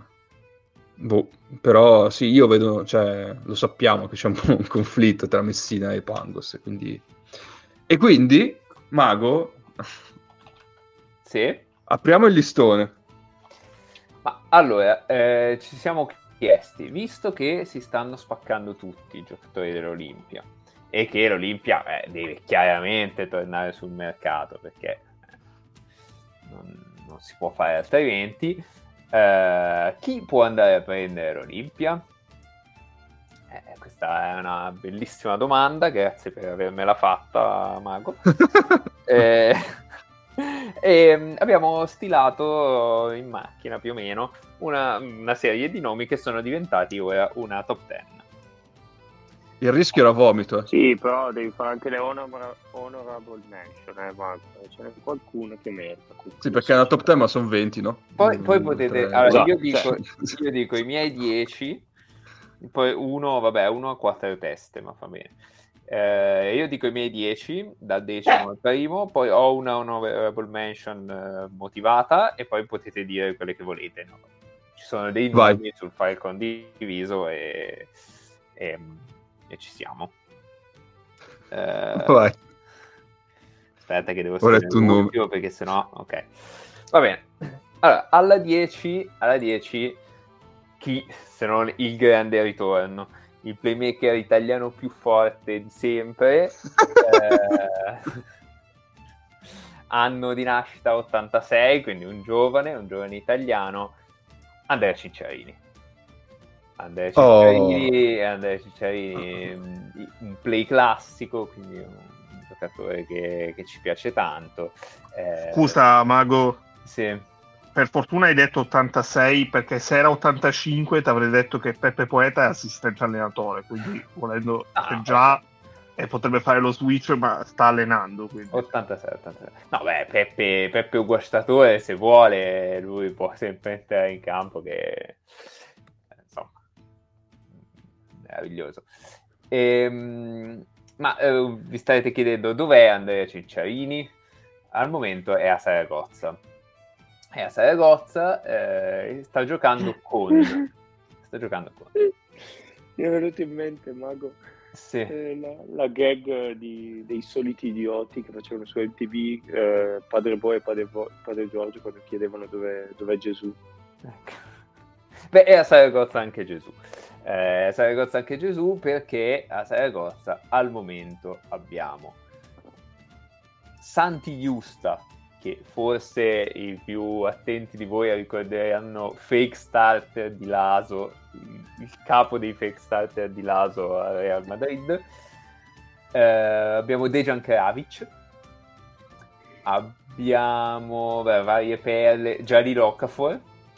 Però sì, io vedo, cioè, lo sappiamo che c'è un conflitto tra Messina e Pangos, e quindi Mago, sì, apriamo il listone. Ma allora ci siamo chiesti, visto che si stanno spaccando tutti i giocatori dell'Olimpia e che l'Olimpia deve chiaramente tornare sul mercato, perché non si può fare altrimenti, chi può andare a prendere l'Olimpia? Questa è una bellissima domanda, grazie per avermela fatta, Mago. E abbiamo stilato in macchina più o meno una serie di nomi che sono diventati ora una top 10. Il rischio era vomito. Sì, però devi fare anche le honorable mention, Marco. Ce n'è qualcuno che merita. Sì, perché è una top 10, ma sono 20, no? Poi potete... Allora, esatto, io dico i miei 10, poi uno a 4 teste, ma fa bene. Io dico i miei 10, dal decimo al primo, poi ho una honorable mention motivata, e poi potete dire quelle che volete. No? Ci sono dei nomi sul file condiviso e ci siamo. Vai. Aspetta che devo scrivere l'ultimo, perché sennò... Ok. Va bene. Allora, alla 10 chi se non il grande ritorno, il playmaker italiano più forte di sempre. Anno di nascita 86, quindi un giovane italiano, Andrea Cicciarini. Andrea Cicciarini, un play classico, quindi un giocatore che ci piace tanto. Scusa, Mago. Sì. Per fortuna hai detto 86, perché se era 85 ti avrei detto che Peppe Poeta è assistente allenatore, quindi volendo già potrebbe fare lo switch, ma sta allenando. Quindi. 86. No, beh, Peppe è un guastatore, se vuole lui può sempre entrare in campo, che insomma meraviglioso. Ma vi starete chiedendo dov'è Andrea Cicciarini? Al momento è a Saragozza. Sta giocando con. Mi è venuto in mente, Mago, sì. la gag dei soliti idioti che facevano su MTV, Padre Boy e Padre Giorgio, quando chiedevano dov'è Gesù. Ecco. Beh, è a Saragozza anche Gesù. Perché a Saragozza al momento abbiamo Santi Justa, che forse i più attenti di voi ricorderanno fake starter di Laso, il capo dei fake starter di Laso al Real Madrid. Abbiamo Dejan Kravic, abbiamo varie perle, Jalil Okafor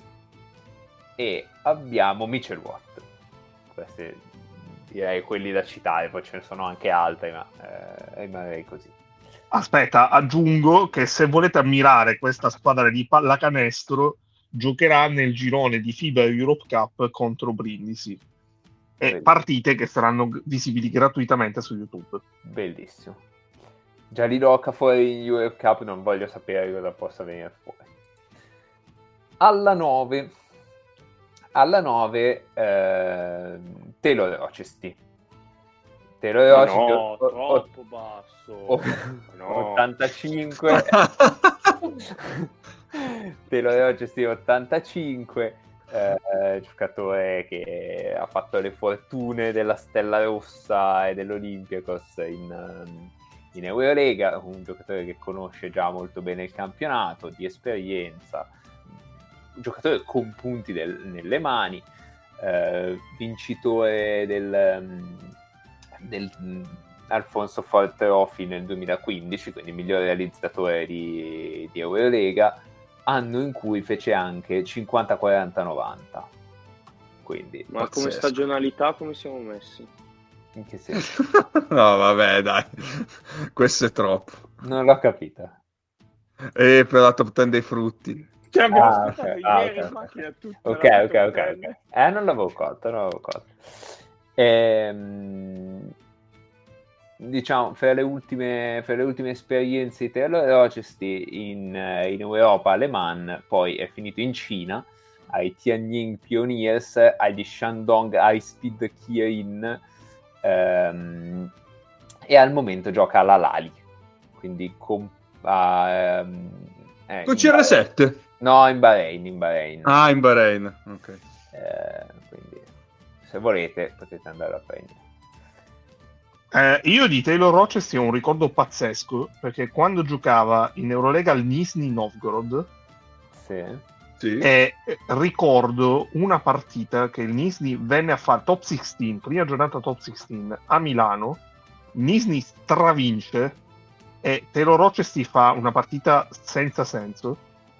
e abbiamo Mitchell Watt. Questi direi quelli da citare, poi ce ne sono anche altri, ma rimarrei così. Aspetta, aggiungo che se volete ammirare questa squadra di pallacanestro, giocherà nel girone di FIBA Europe Cup contro Brindisi. E partite che saranno visibili gratuitamente su YouTube. Bellissimo. Già li Okafor fuori in Europe Cup, non voglio sapere cosa possa venire fuori. Alla 9 Taylor Rochester. No, troppo basso. No. 85. Taylor Rochester 85, giocatore che ha fatto le fortune della Stella Rossa e dell'Olympiakos in Eurolega, un giocatore che conosce già molto bene il campionato, di esperienza, un giocatore con punti nelle mani, vincitore del Alfonso Ford Trophy nel 2015, quindi migliore realizzatore di Eurolega, anno in cui fece anche 50-40-90. Quindi, ma come stagionalità come siamo messi? In che senso? No, vabbè, dai, questo è troppo. Non l'ho capita. E per la top 10 dei frutti. Cioè, abbiamo ascoltato ieri in macchina tutta. Ok. Non l'avevo colto. Diciamo, fra le ultime esperienze di Taylor Rochester in Europa, a Le Mans, poi è finito in Cina ai Tianjin Pioneers, agli Shandong High Speed Kirin, e al momento gioca alla Lali, quindi con CR7? No, in Bahrain. Ah, in Bahrain, ok. Quindi se volete potete andare a prendere. Io di Taylor Rochester ho un ricordo pazzesco, perché quando giocava in Eurolega al Nizhny Novgorod, ricordo una partita che il Nizhny venne a fare top 16, prima giornata top 16 a Milano, Nizhny stravince e Taylor Rochester fa una partita senza senso.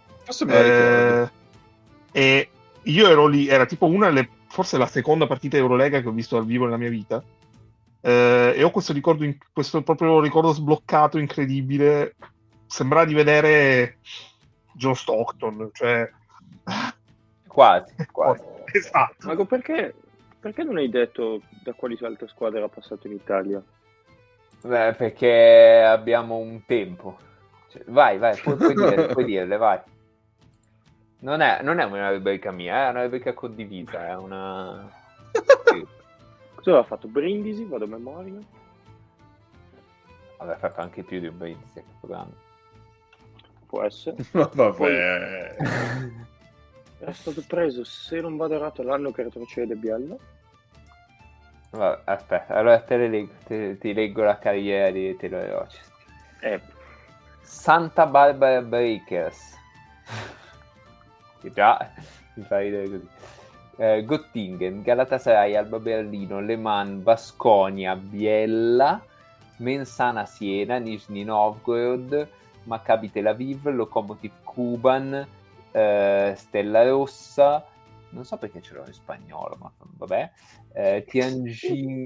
E io ero lì, era tipo forse la seconda partita Eurolega che ho visto dal vivo nella mia vita. E ho questo ricordo, questo proprio ricordo sbloccato incredibile. Sembra di vedere John Stockton, cioè quasi. Esatto. Ma perché non hai detto da quali altre squadre era passato in Italia? Beh, perché abbiamo un tempo. Cioè, vai, puoi dirle, vai. Non è una rubrica mia, è una rubrica condivisa, è una... Cosa aveva fatto? Brindisi, vado a memoria. Aveva fatto anche più di un Brindisi a Capodanno. Può essere. Vabbè. Era stato preso, se non vado errato, l'anno che retrocede Biella. Vabbè, aspetta, allora te le leggo, ti leggo la carriera di Taylor Rochester. Santa Barbara Breakers. Che già mi fa ridere così. Göttingen, Galatasaray, Alba Berlino, Le Mans, Baskonia, Biella, Mensana Siena, Nizhny Novgorod, Maccabi Tel Aviv, Lokomotiv Kuban, Stella Rossa, non so perché ce l'ho in spagnolo, ma vabbè, Tianjin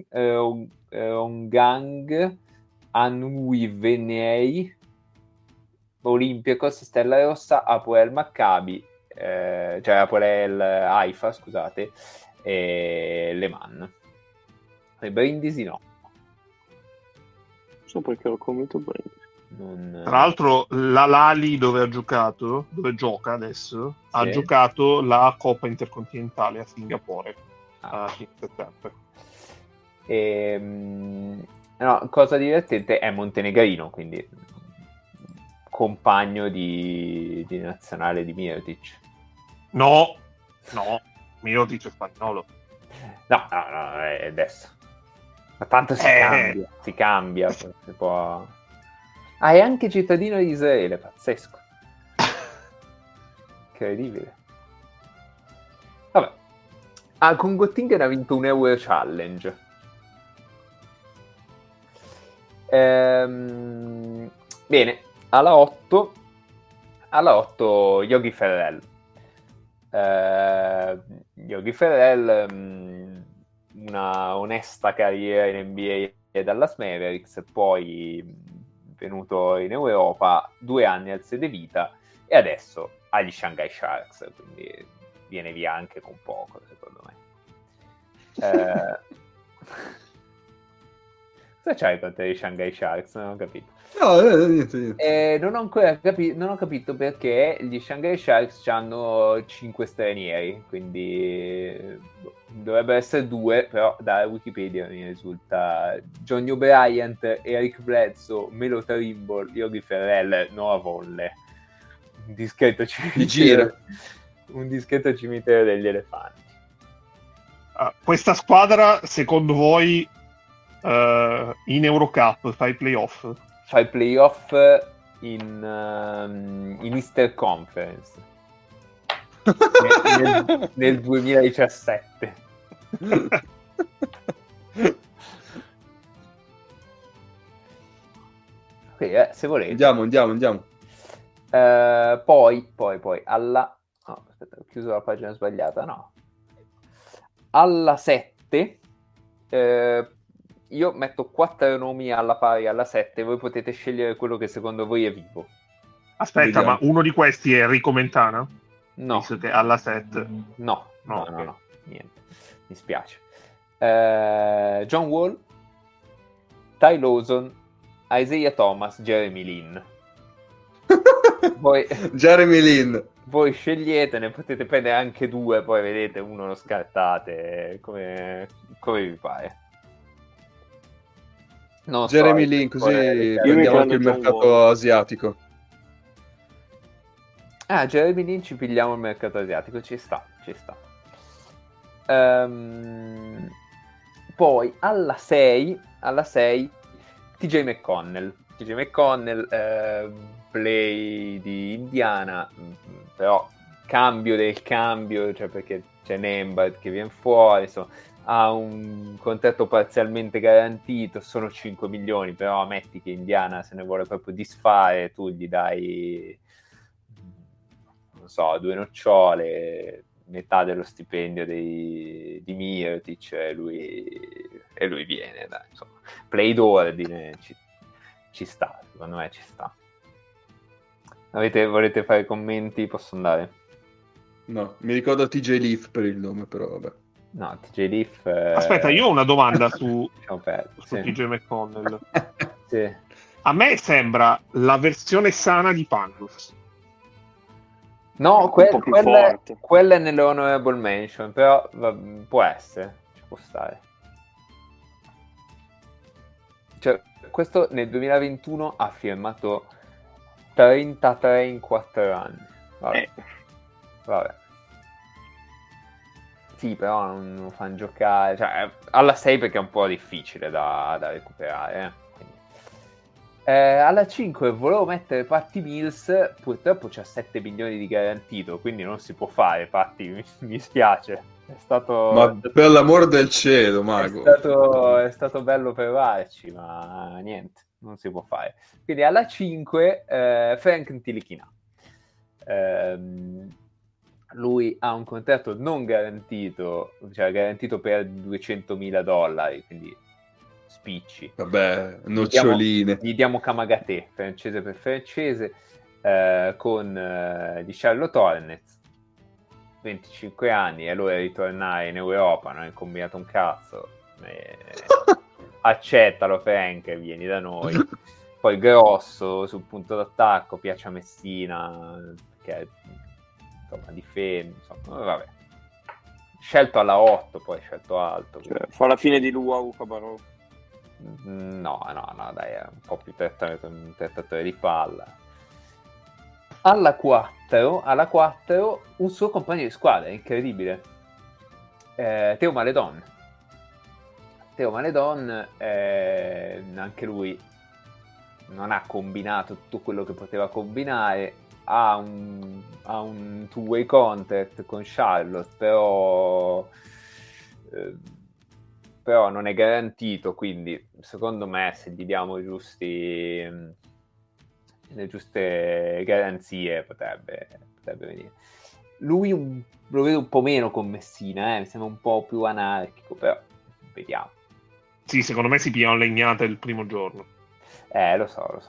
Ongang, Anhui Venei, Olympiacos, Stella Rossa, Apoel Maccabi, cioè Apoel Haifa, scusate, e Le Mans. E Brindisi no. So perché ho commentato Brindisi. Tra l'altro l'Al-Ahly dove gioca adesso, sì, ha giocato la Coppa Intercontinentale a Singapore a fine settembre. No, cosa divertente è montenegrino, quindi compagno di nazionale di Mirotic. No, Mirotic è spagnolo. No, è adesso. Ma tanto si cambia. Si può... Ah, è anche cittadino di Israele, pazzesco. Incredibile. Vabbè. Con Göttingen ha vinto un Euro Challenge. Bene, alla 8 Yogi Ferrell. Yogi Ferrell, una onesta carriera in NBA e Dallas Mavericks, poi venuto in Europa, 2 anni al Sede Vita e adesso agli Shanghai Sharks, quindi viene via anche con poco, secondo me. Cosa c'hai con te i Shanghai Sharks? Non ho capito. No, niente. Non ho ancora non ho capito perché gli Shanghai Sharks hanno 5 stranieri, quindi dovrebbero essere 2, però da Wikipedia mi risulta Johnny O'Brien, Eric Bledsoe, Melo Trimble, Yogi Ferrell, Noah Volle. Un discreto cimitero degli elefanti. Questa squadra, secondo voi, in Eurocup fa i playoff? Fa i playoff in Easter Conference nel 2017. Okay, se volete andiamo. Poi alla... No, aspetta, ho chiuso la pagina sbagliata, no. Alla 7 io metto 4 nomi alla pari alla 7, voi potete scegliere quello che secondo voi è vivo. Aspetta, ma uno di questi è Enrico Mentana? No. Visto che alla 7. No, niente, mi spiace. John Wall, Ty Lawson, Isaiah Thomas, Jeremy Lin. Jeremy Lin. Voi scegliete, ne potete prendere anche 2, poi vedete, uno lo scartate, come vi pare. Non Jeremy Lin, così prendiamo anche il mercato asiatico. Jeremy Lin, ci pigliamo il mercato asiatico, ci sta. Poi alla 6 TJ McConnell, play di Indiana, però cambio del cambio, cioè perché c'è Nembhard che viene fuori, insomma, ha un contratto parzialmente garantito, sono 5 milioni, però ammetti che Indiana se ne vuole proprio disfare, tu gli dai, non so, 2 nocciole, metà dello stipendio di Mirotic, e lui viene, dai, insomma, play d'ordine, ci sta, secondo me ci sta. Volete fare commenti? Posso andare? No, mi ricordo TJ Leaf per il nome, però vabbè. No, TJ Leaf... Aspetta, io ho una domanda su sì. TJ McConnell. Sì. A me sembra la versione sana di Pangos. No, quella è nell'honorable mention, però può essere, ci può stare. Cioè, questo nel 2021 ha firmato 33 in 4 anni. Vabbè. Sì, però non lo fanno giocare, cioè alla 6 perché è un po' difficile da recuperare. Quindi. Alla 5 volevo mettere Patty Mills, purtroppo c'ha 7 milioni di garantito, quindi non si può fare, Patty, mi spiace. Ma per l'amor del cielo, Mago. È stato bello provarci, ma niente, non si può fare. Quindi alla 5 Frank Ntilikina. Lui ha un contratto non garantito, cioè garantito per $200,000, quindi spicci. Vabbè, noccioline. Gli diamo Kamagate, francese per francese, con di Charlotte Hornets, 25 anni, e allora ritornare in Europa, non hai combinato un cazzo, accettalo Frank, vieni da noi. Poi grosso sul punto d'attacco, piace a Messina, perché insomma difende, insomma, vabbè. Scelto alla 8, poi scelto alto. Cioè, fa la fine di Luau Cabarro. No, dai, è un po' più trattatore di palla. Alla 4 un suo compagno di squadra, incredibile. Teo Maledon, anche lui non ha combinato tutto quello che poteva combinare, ha un two-way contract con Charlotte, però non è garantito, quindi secondo me se gli diamo le giuste garanzie potrebbe venire. Lui lo vedo un po' meno con Messina, mi sembra un po' più anarchico, però vediamo. Sì, secondo me si pia una legnata il primo giorno. Lo so.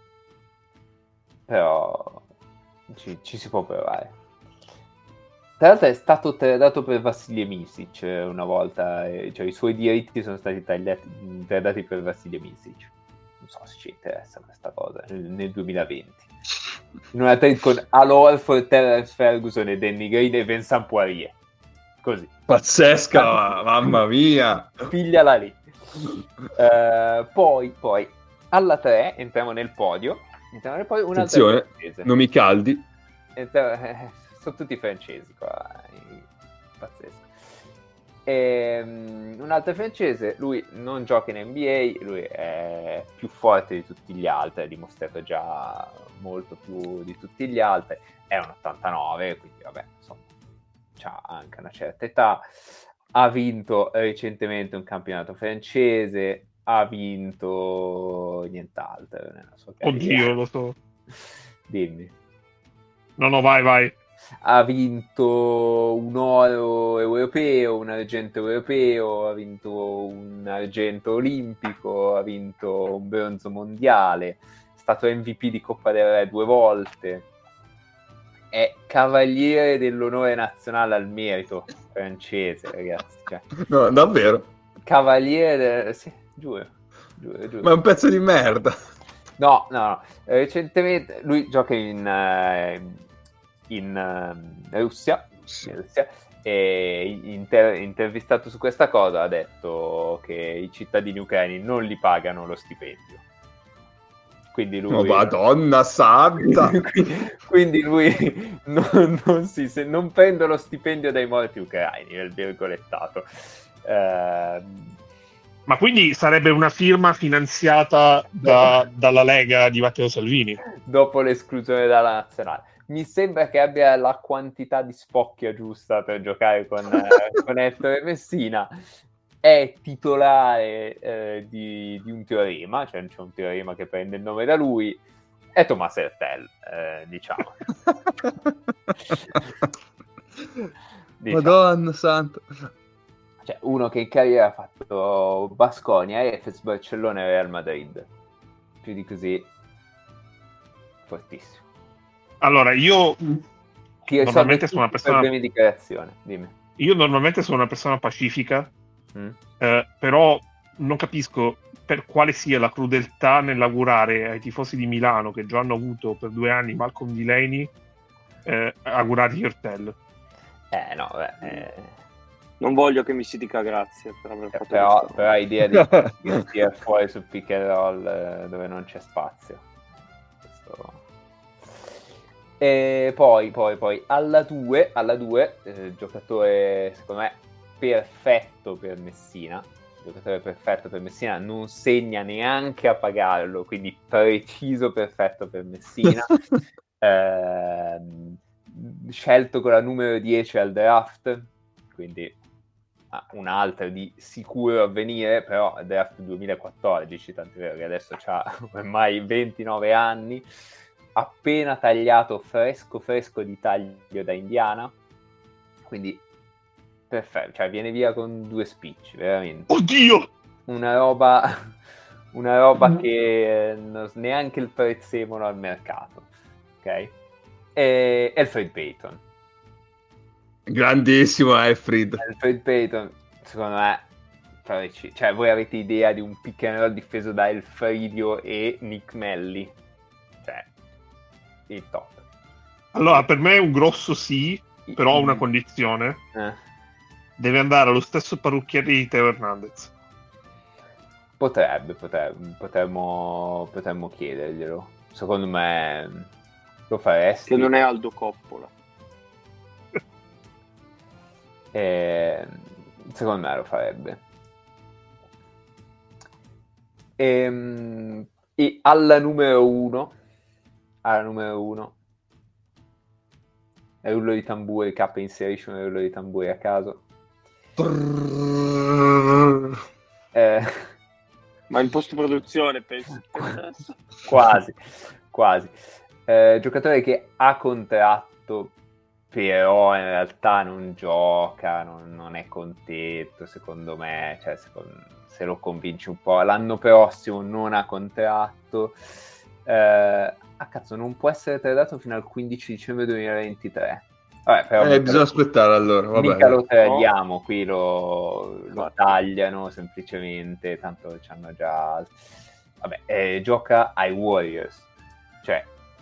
Però ci si può provare. Tra l'altro è stato tradato per Vasilije Micic una volta, cioè i suoi diritti sono stati tradati per Vasilije Micic. Non so se ci interessa questa cosa, nel 2020. In una trade con Al Horford, Terence Ferguson e Danny Green e Vincent Poirier. Così. Pazzesca, mamma mia! Pigliala lì. Poi alla 3 entriamo nel podio. Attenzione, nomi caldi. Sono tutti francesi qua, pazzesco. Un altro francese, lui non gioca in NBA, lui è più forte di tutti gli altri, ha dimostrato già molto più di tutti gli altri, è un 89, quindi vabbè, insomma, ha anche una certa età, ha vinto recentemente un campionato francese, ha vinto nient'altro nella sua carriera. Oddio, lo so. Dimmi. No, vai. Ha vinto un oro europeo, un argento europeo, ha vinto un argento olimpico, ha vinto un bronzo mondiale, è stato MVP di Coppa del Re 2 volte, è cavaliere dell'onore nazionale al merito francese, ragazzi. Cioè, No, davvero? Cavaliere, sì, giuro. Ma è un pezzo di merda. No. Recentemente lui gioca in Russia, Sì. e intervistato su questa cosa ha detto che i cittadini ucraini non gli pagano lo stipendio. Quindi lui... Oh, Madonna santa! quindi lui non prende lo stipendio dai morti ucraini, nel virgolettato. Ma quindi sarebbe una firma finanziata dalla Lega di Matteo Salvini? Dopo l'esclusione dalla nazionale. Mi sembra che abbia la quantità di spocchia giusta per giocare con Ettore Messina. È titolare di un teorema, cioè c'è un teorema che prende il nome da lui. È Thomas Hertel, diciamo. Madonna santa. Cioè, uno che in carriera ha fatto Baskonia, Efes, Barcellona e Real Madrid. Più di così, fortissimo. Allora, io normalmente sono una persona... problemi di creazione, dimmi. Io normalmente sono una persona pacifica, però non capisco per quale sia la crudeltà nell'augurare ai tifosi di Milano, che già hanno avuto per 2 anni Malcolm Delaney, augurati Hertel. No, Non voglio che mi si dica grazie per aver fatto però questo. hai idea di tirare fuori sul pick and roll dove non c'è spazio. Questo... E poi alla 2, giocatore secondo me perfetto per Messina. Giocatore perfetto per Messina, non segna neanche a pagarlo, quindi preciso perfetto per Messina. Scelto con la numero 10 al draft, quindi un altro di sicuro avvenire, però al draft 2014, tant'è vero che adesso ha ormai 29 anni, appena tagliato fresco di taglio da Indiana, quindi perfetto, cioè viene via con 2 spicci, veramente. Oddio! Una roba che neanche il prezzemolo al mercato, ok? E Elfrid Payton. Grandissimo Elfrid. Elfrid Payton, secondo me, cioè voi avete idea di un pick and roll difeso da Elfridio e Nick Melli? Cioè, il top. Allora, per me è un grosso sì, però ho una condizione. Deve andare allo stesso parrucchiere di Teo Hernandez. Potremmo chiederglielo. Secondo me lo faresti. Che non è Aldo Coppola. Secondo me lo farebbe. E alla numero 1 rullo di tamburi, K inserisce un rullo di tamburi a caso. Ma in post-produzione pensi? Quasi. Giocatore che ha contratto, però in realtà non gioca, non è contento, secondo me. Cioè, se lo convinci un po', l'anno prossimo non ha contratto. Cazzo, non può essere tradato fino al 15 dicembre 2023. Vabbè, però bisogna aspettare allora. Vabbè. Mica lo tagliamo, qui lo tagliano semplicemente, tanto c'hanno già. Vabbè, gioca ai Warriors, cioè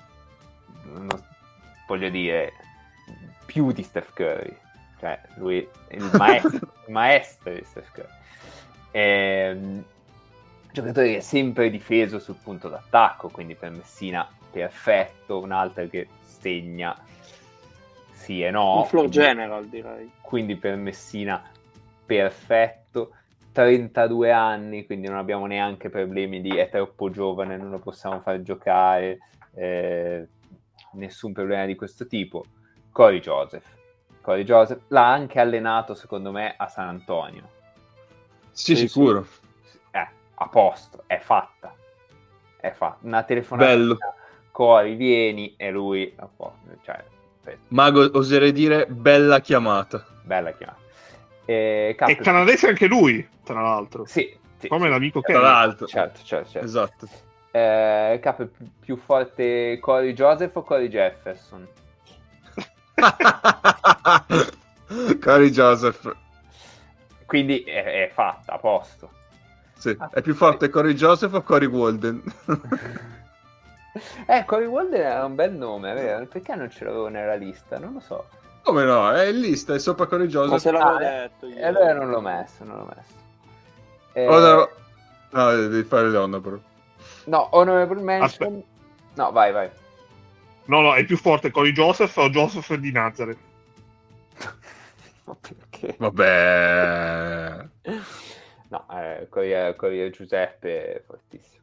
voglio dire più di Steph Curry, cioè lui è il maestro di Steph Curry. Giocatore che è sempre difeso sul punto d'attacco, quindi per Messina perfetto, un altro che segna sì e no. Un floor general, direi. Quindi per Messina perfetto, 32 anni, quindi non abbiamo neanche problemi di è troppo giovane, non lo possiamo far giocare, nessun problema di questo tipo. Corey Joseph l'ha anche allenato secondo me a San Antonio. Sì, sicuro. A posto, è fatta. Una telefonata. Bello. Corey, vieni, e lui a posto, cioè, Mago, oserei dire bella chiamata. È canadese anche lui, tra l'altro. Sì. Come l'amico che tra l'altro. Certo. Esatto. Cap più forte Corey Joseph o Corey Jefferson? Corey Joseph. Quindi è fatta, a posto. Sì. È più forte Corey Joseph o Corey Walden? Corey Walden è un bel nome, vero? Perché non ce l'avevo nella lista? Non lo so. Come no? È in lista, è sopra Corey Joseph. Ma se l'avevo detto io. E allora non l'ho messo. No, devi fare l'honorable. No, honorable mention. No, vai. No, è più forte Corey Joseph o Joseph di Nazareth? Ma perché? Vabbè. No, Corriere Giuseppe è fortissimo.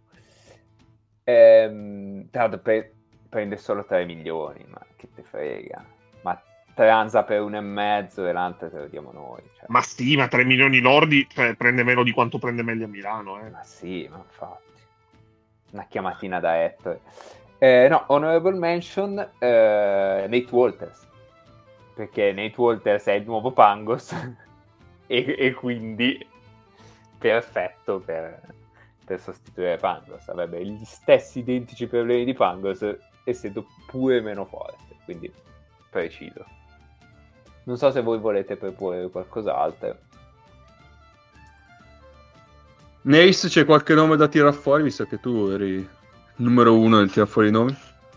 Tra l'altro prende solo 3 milioni, ma che te frega. Ma transa per 1,5 e l'altro te lo diamo noi. Cioè. Ma sì, ma 3 milioni lordi, cioè prende meno di quanto prende Melli a Milano. Ma sì, ma infatti. Una chiamatina da Ettore. No, honorable mention Nate Walters. Perché Nate Walters è il nuovo Pangos e quindi perfetto per sostituire Pangos. Avrebbe gli stessi identici problemi di Pangos, essendo pure meno forte, quindi preciso. Non so se voi volete proporre qualcos'altro. Nace, c'è qualche nome da tirar fuori, visto che tu eri il numero 1 nel tirar fuori i nomi?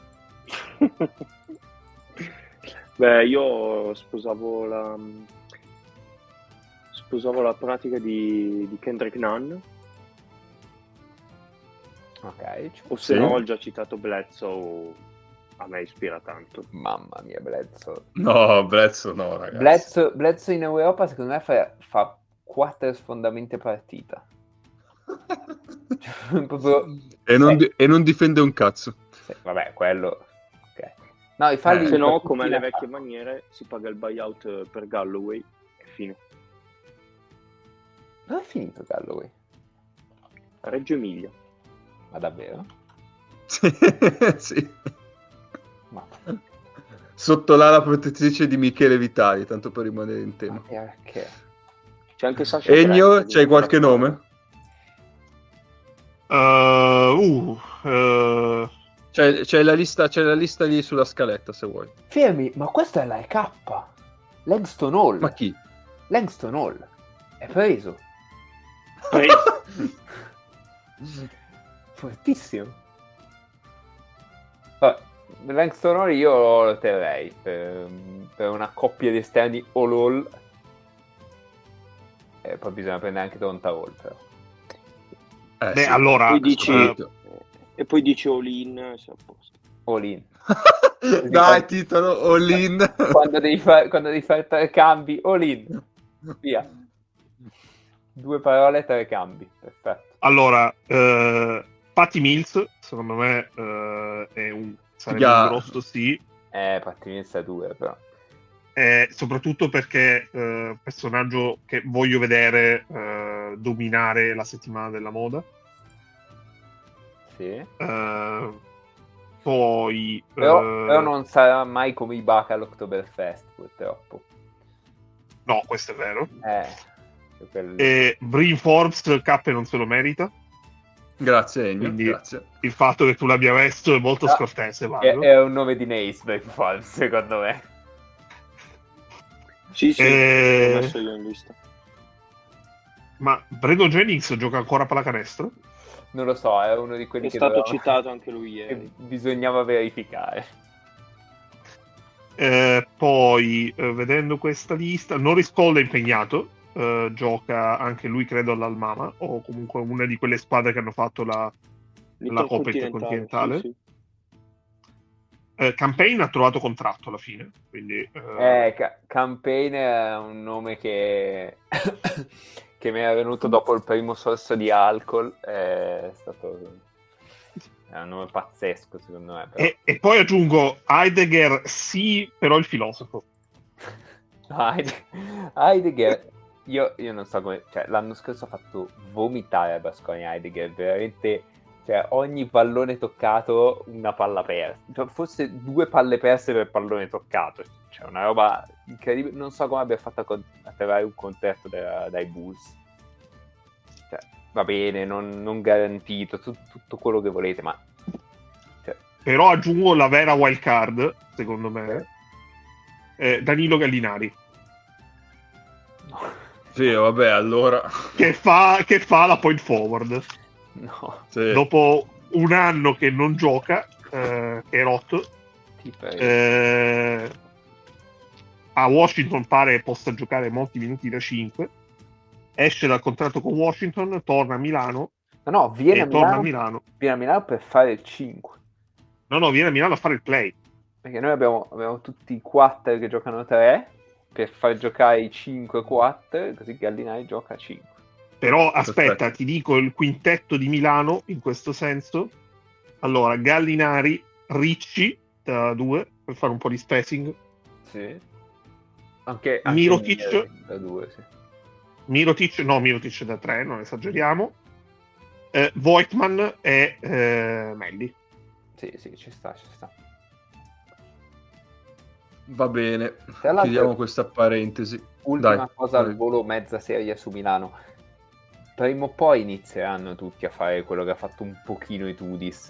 Beh, io sposavo la pratica di Kendrick Nunn. Ok. O se no, ho già citato Bledsoe A me ispira tanto. Mamma mia, Bledsoe. No, Bledsoe no, ragazzi. Bledsoe in Europa secondo me fa 4 sfondamenti a partita. Proprio e non difende un cazzo. Sì, vabbè, quello... ok. No, i falli... Se no, come alle vecchie maniere, si paga il buyout per Galloway e fine. Dove è finito Galloway? A Reggio Emilia. Ma davvero? Sì. Ma Sotto l'ala protettrice di Michele Vitali, tanto per rimanere in tema. perché? C'è anche Sasha Ennio, Trent, c'hai qualche ricordo. nome? C'è la lista lì sulla scaletta, se vuoi. Fermi, ma questo è l'AEK. Langston Hall. Ma chi? Langston Hall. È preso. Fortissimo. Vabbè, Langston Hall io lo terrei per una coppia di esterni all. E poi bisogna prendere anche Donta Hall, però. Beh, Sì. allora... Poi e poi dici all in, sei a posto. All in. Dai, titolo all in. Quando devi fare 3 cambi, all in. Via. 2 parole, 3 cambi. Perfetto. Allora, Patty Mills, secondo me, sarebbe un grosso sì. Patty Mills è 2, però. Soprattutto perché personaggio che voglio vedere dominare la settimana della moda. Sì. Poi Però non sarà mai come i Baka all'Oktoberfest, purtroppo. No, questo è vero. Quello... Bryn Forbes Cappe non se lo merita. Grazie Ennio, Quindi grazie. il fatto che tu l'abbia messo è molto scortese. È un nome di Nace, Bryn Forbes, secondo me. Sì, l'ho messo io in lista. Ma Brandon Jennings gioca ancora a pallacanestro? Non lo so, è uno di quelli è stato citato anche lui ieri. Bisognava verificare. Poi, vedendo questa lista, Norris Cole è impegnato, gioca anche lui, credo, all'Almama, o comunque una di quelle squadre che hanno fatto la Coppa Intercontinentale. Sì. Campaign ha trovato contratto alla fine, quindi... Campaign è un nome che... che mi è venuto dopo il primo sorso di alcol, è un nome pazzesco secondo me, però. E poi aggiungo Heidegger sì, però il filosofo. Heidegger io non so come, cioè l'anno scorso ha fatto vomitare a Baskonia Heidegger, veramente, cioè ogni pallone toccato una palla persa, cioè, forse 2 palle perse per pallone toccato, cioè una roba incredibile. Non so come abbia fatto a trovare un contetto dai Bulls. Cioè, va bene, non garantito, tutto quello che volete, ma cioè... Però aggiungo la vera wild card, secondo me, Danilo Gallinari. No. Sì, vabbè, allora... che fa la point forward. No. Sì. Dopo un anno che non gioca, che è rotto, a Washington pare possa giocare molti minuti da 5, esce dal contratto con Washington, torna a Milano. No, viene a Milano per fare il 5. No, viene a Milano a fare il play. Perché noi abbiamo tutti i 4 che giocano 3 per far giocare i 5-4, così Gallinari gioca 5. Però aspetta, Perfetto. ti dico il quintetto di Milano in questo senso. Allora, Gallinari, Ricci da 2 per fare un po' di spacing. Sì. Anche Mirotic da 2, sì. Mirotic da 3, non esageriamo. Voigtman e Melli. Sì, ci sta. Va bene, Tra l'altro, chiudiamo questa parentesi. Ultima Dai, cosa vai. al volo, mezza serie su Milano. Prima o poi inizieranno tutti a fare quello che ha fatto un pochino Itudis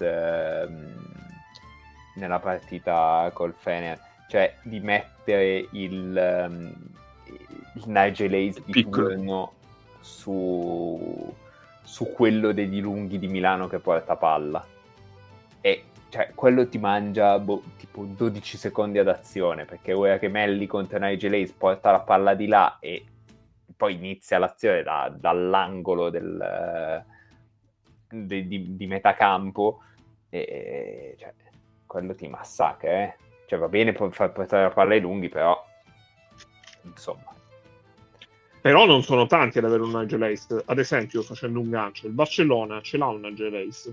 nella partita col Fener, cioè di mettere il Nigel Hayes di turno su quello degli lunghi di Milano che porta palla, e cioè quello ti mangia tipo 12 secondi ad azione, perché ora che Melli contro Nigel Hayes porta la palla di là e poi inizia l'azione dall'angolo di metà campo, e cioè, quello ti massacra, cioè va bene far portare la palla ai lunghi, però insomma. Però non sono tanti ad avere un Nigel Ace. Ad esempio, facendo un gancio, il Barcellona ce l'ha un Nigel Ace?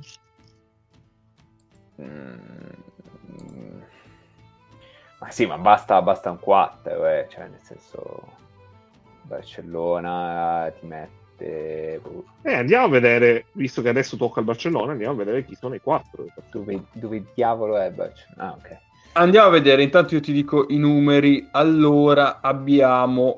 Ma sì, ma basta un 4, cioè nel senso Barcellona ti mette... Andiamo a vedere, visto che adesso tocca al Barcellona, andiamo a vedere chi sono i 4. Dove diavolo è Barcellona? Ah, ok. Andiamo a vedere, intanto io ti dico i numeri. Allora abbiamo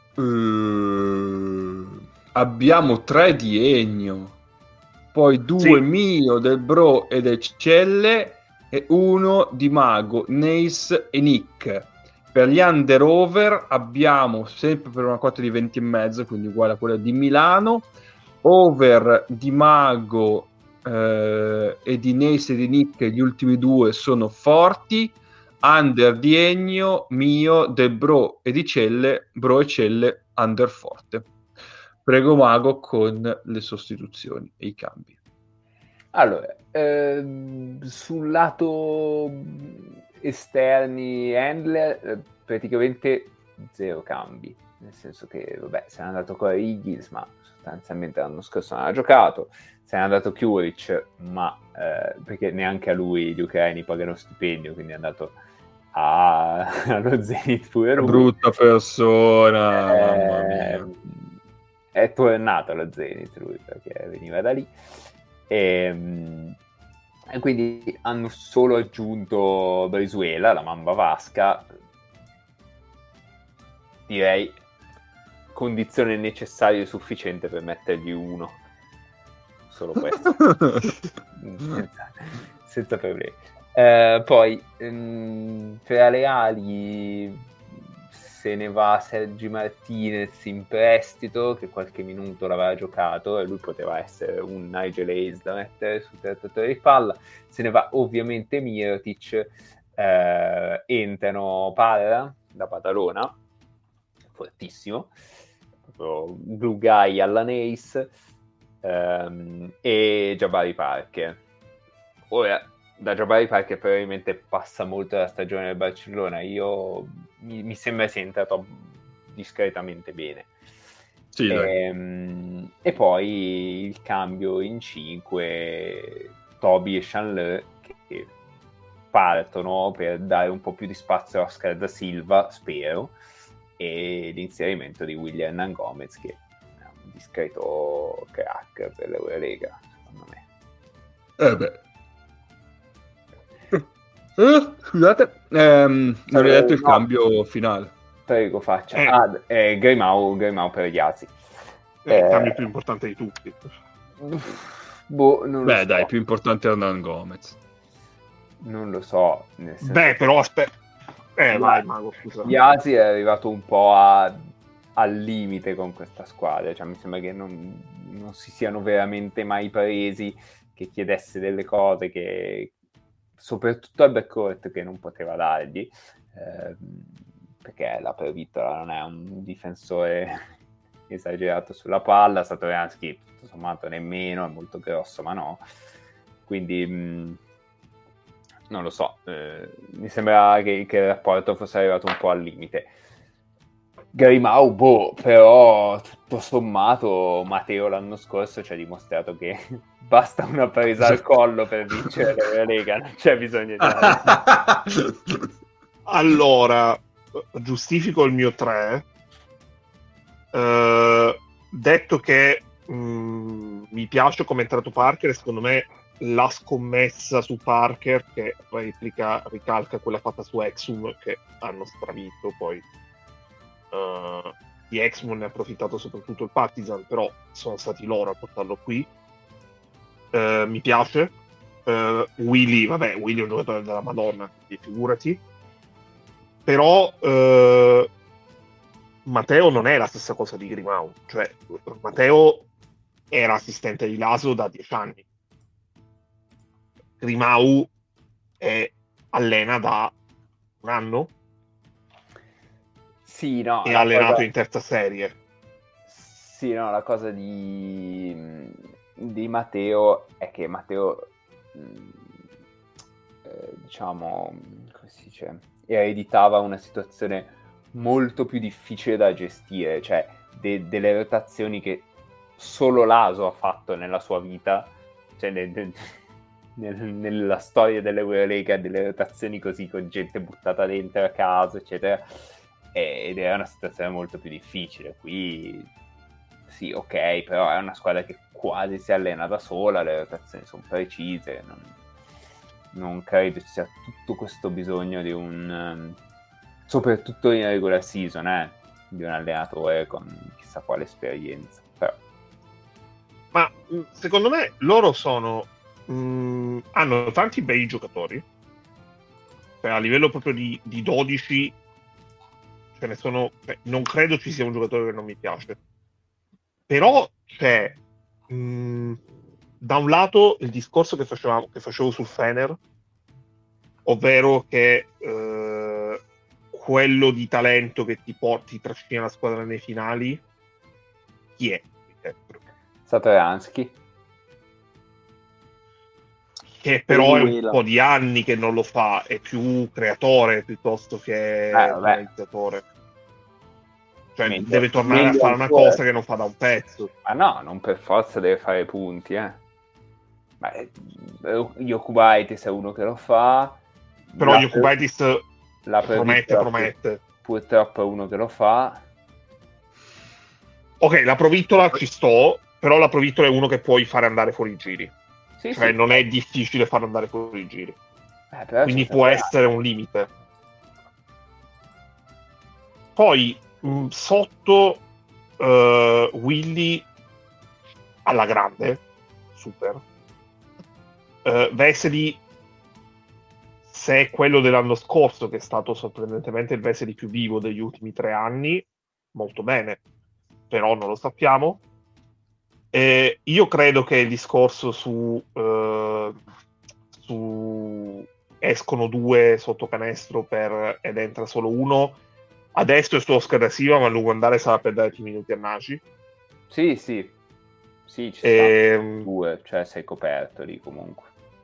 3 di Ennio, poi 2 mio, del Bro e del Celle, e 1 di Mago, Nace e Nick. Per gli under-over abbiamo sempre per una quota di 20,5, quindi uguale a quella di Milano, over di Mago e di Nace e di Nick, gli ultimi 2 sono forti. Under di Ennio, mio, del Bro e di Celle, Bro e Celle, under forte. Prego Mago con le sostituzioni e i cambi. Allora, sul lato esterni handler, praticamente 0 cambi, nel senso che, vabbè, se n'è andato con Higgins, ma sostanzialmente l'anno scorso non ha giocato, se n'è andato Kuric, ma perché neanche a lui gli ucraini pagano stipendio, quindi è andato allo Zenit pure lui. Brutta persona, mamma mia. È tornato allo Zenit lui, perché veniva da lì. E quindi hanno solo aggiunto Brizuela, la mamba vasca. Direi condizione necessaria e sufficiente per mettergli 1. Solo questo. senza problemi. Poi tra le ali se ne va Sergi Martinez in prestito, che qualche minuto l'aveva giocato e lui poteva essere un Nigel Hayes da mettere sul trattatore di palla. Se ne va ovviamente Mirotic, entrano Parra da Badalona, fortissimo, proprio blue guy alla Nace, e Jabari Parker. Ora, da Jabari Parker probabilmente passa molto la stagione del Barcellona. Mi sembra sia entrato discretamente bene. Sì, e poi il cambio in 5, Toby e Chandler, che partono per dare un po' più di spazio a Oscar da Silva, spero, e l'inserimento di William Hernan Gomez, che è un discreto crack per l'Eurolega, secondo me. Scusate, non vi ho detto il cambio finale. Prego, faccia. Grimau per Iazzi. Il cambio più importante di tutti. Non lo so. Dai, più importante è Hernan Gomez. Non lo so. Nel senso però aspetta. Vai, Mago, scusa. Iazzi è arrivato un po' al limite con questa squadra. Cioè, mi sembra che non si siano veramente mai presi, che chiedesse delle cose che... soprattutto al backcourt, che non poteva dargli, perché la Pervittola non è un difensore esagerato sulla palla, Satoransky tutto sommato nemmeno, è molto grosso ma no, quindi non lo so, mi sembra che il rapporto fosse arrivato un po' al limite. Grimau, però tutto sommato Matteo l'anno scorso ci ha dimostrato che basta una presa al collo per vincere la Lega, non c'è bisogno di... Allora, giustifico il mio 3, detto che mi piace come è entrato Parker, e secondo me la scommessa su Parker, che ricalca quella fatta su Exum, che hanno stravinto poi. Di Exum ne ha approfittato soprattutto il Partizan, però sono stati loro a portarlo qui. Mi piace. Willy è un giocatore della Madonna, quindi figurati. Però Matteo non è la stessa cosa di Grimau, cioè Matteo era assistente di Laslo da 10 anni. Grimau allena da un anno. Sì, no, e ha allenato in terza serie. Sì, no, la cosa di Matteo è che Matteo diciamo, come si dice, ereditava una situazione molto più difficile da gestire, cioè delle rotazioni che solo l'Aso ha fatto nella sua vita, cioè nella storia dell'Eurolega, delle rotazioni così con gente buttata dentro a caso, eccetera, ed era una situazione molto più difficile. Qui sì, ok, però è una squadra che quasi si allena da sola, le rotazioni sono precise, non credo ci sia tutto questo bisogno di un soprattutto in regular season, di un allenatore con chissà quale esperienza. Però. Ma secondo me loro hanno tanti bei giocatori, cioè, a livello proprio di 12 ce ne sono, non credo ci sia un giocatore che non mi piace, però c'è da un lato il discorso che facevo sul Fener, ovvero che quello di talento che ti trascina la squadra nei finali, chi è? Satoransky, che però è un po' di anni che non lo fa, è più creatore piuttosto che realizzatore. Cioè deve tornare a fare una cosa che non fa da un pezzo. Ma no, non per forza deve fare punti, Ma Jokubaitis è uno che lo fa. Però Jokubaitis promette. Purtroppo è uno che lo fa. Ok, la Provittola ci sto, però la Provittola è uno che puoi fare andare fuori i giri. Sì, cioè non è difficile farlo andare fuori i giri. Quindi può essere un limite. Poi sotto Willy alla grande, super. Vesely, se è quello dell'anno scorso, che è stato sorprendentemente il Vesely più vivo degli ultimi 3 anni, molto bene, però non lo sappiamo. Io credo che il discorso su escono 2 sotto canestro ed entra solo 1, adesso è su Oscar da Silva, ma a lungo andare sarà per dare più minuti a Nagy. Sì, ci stanno 2, cioè sei coperto lì comunque.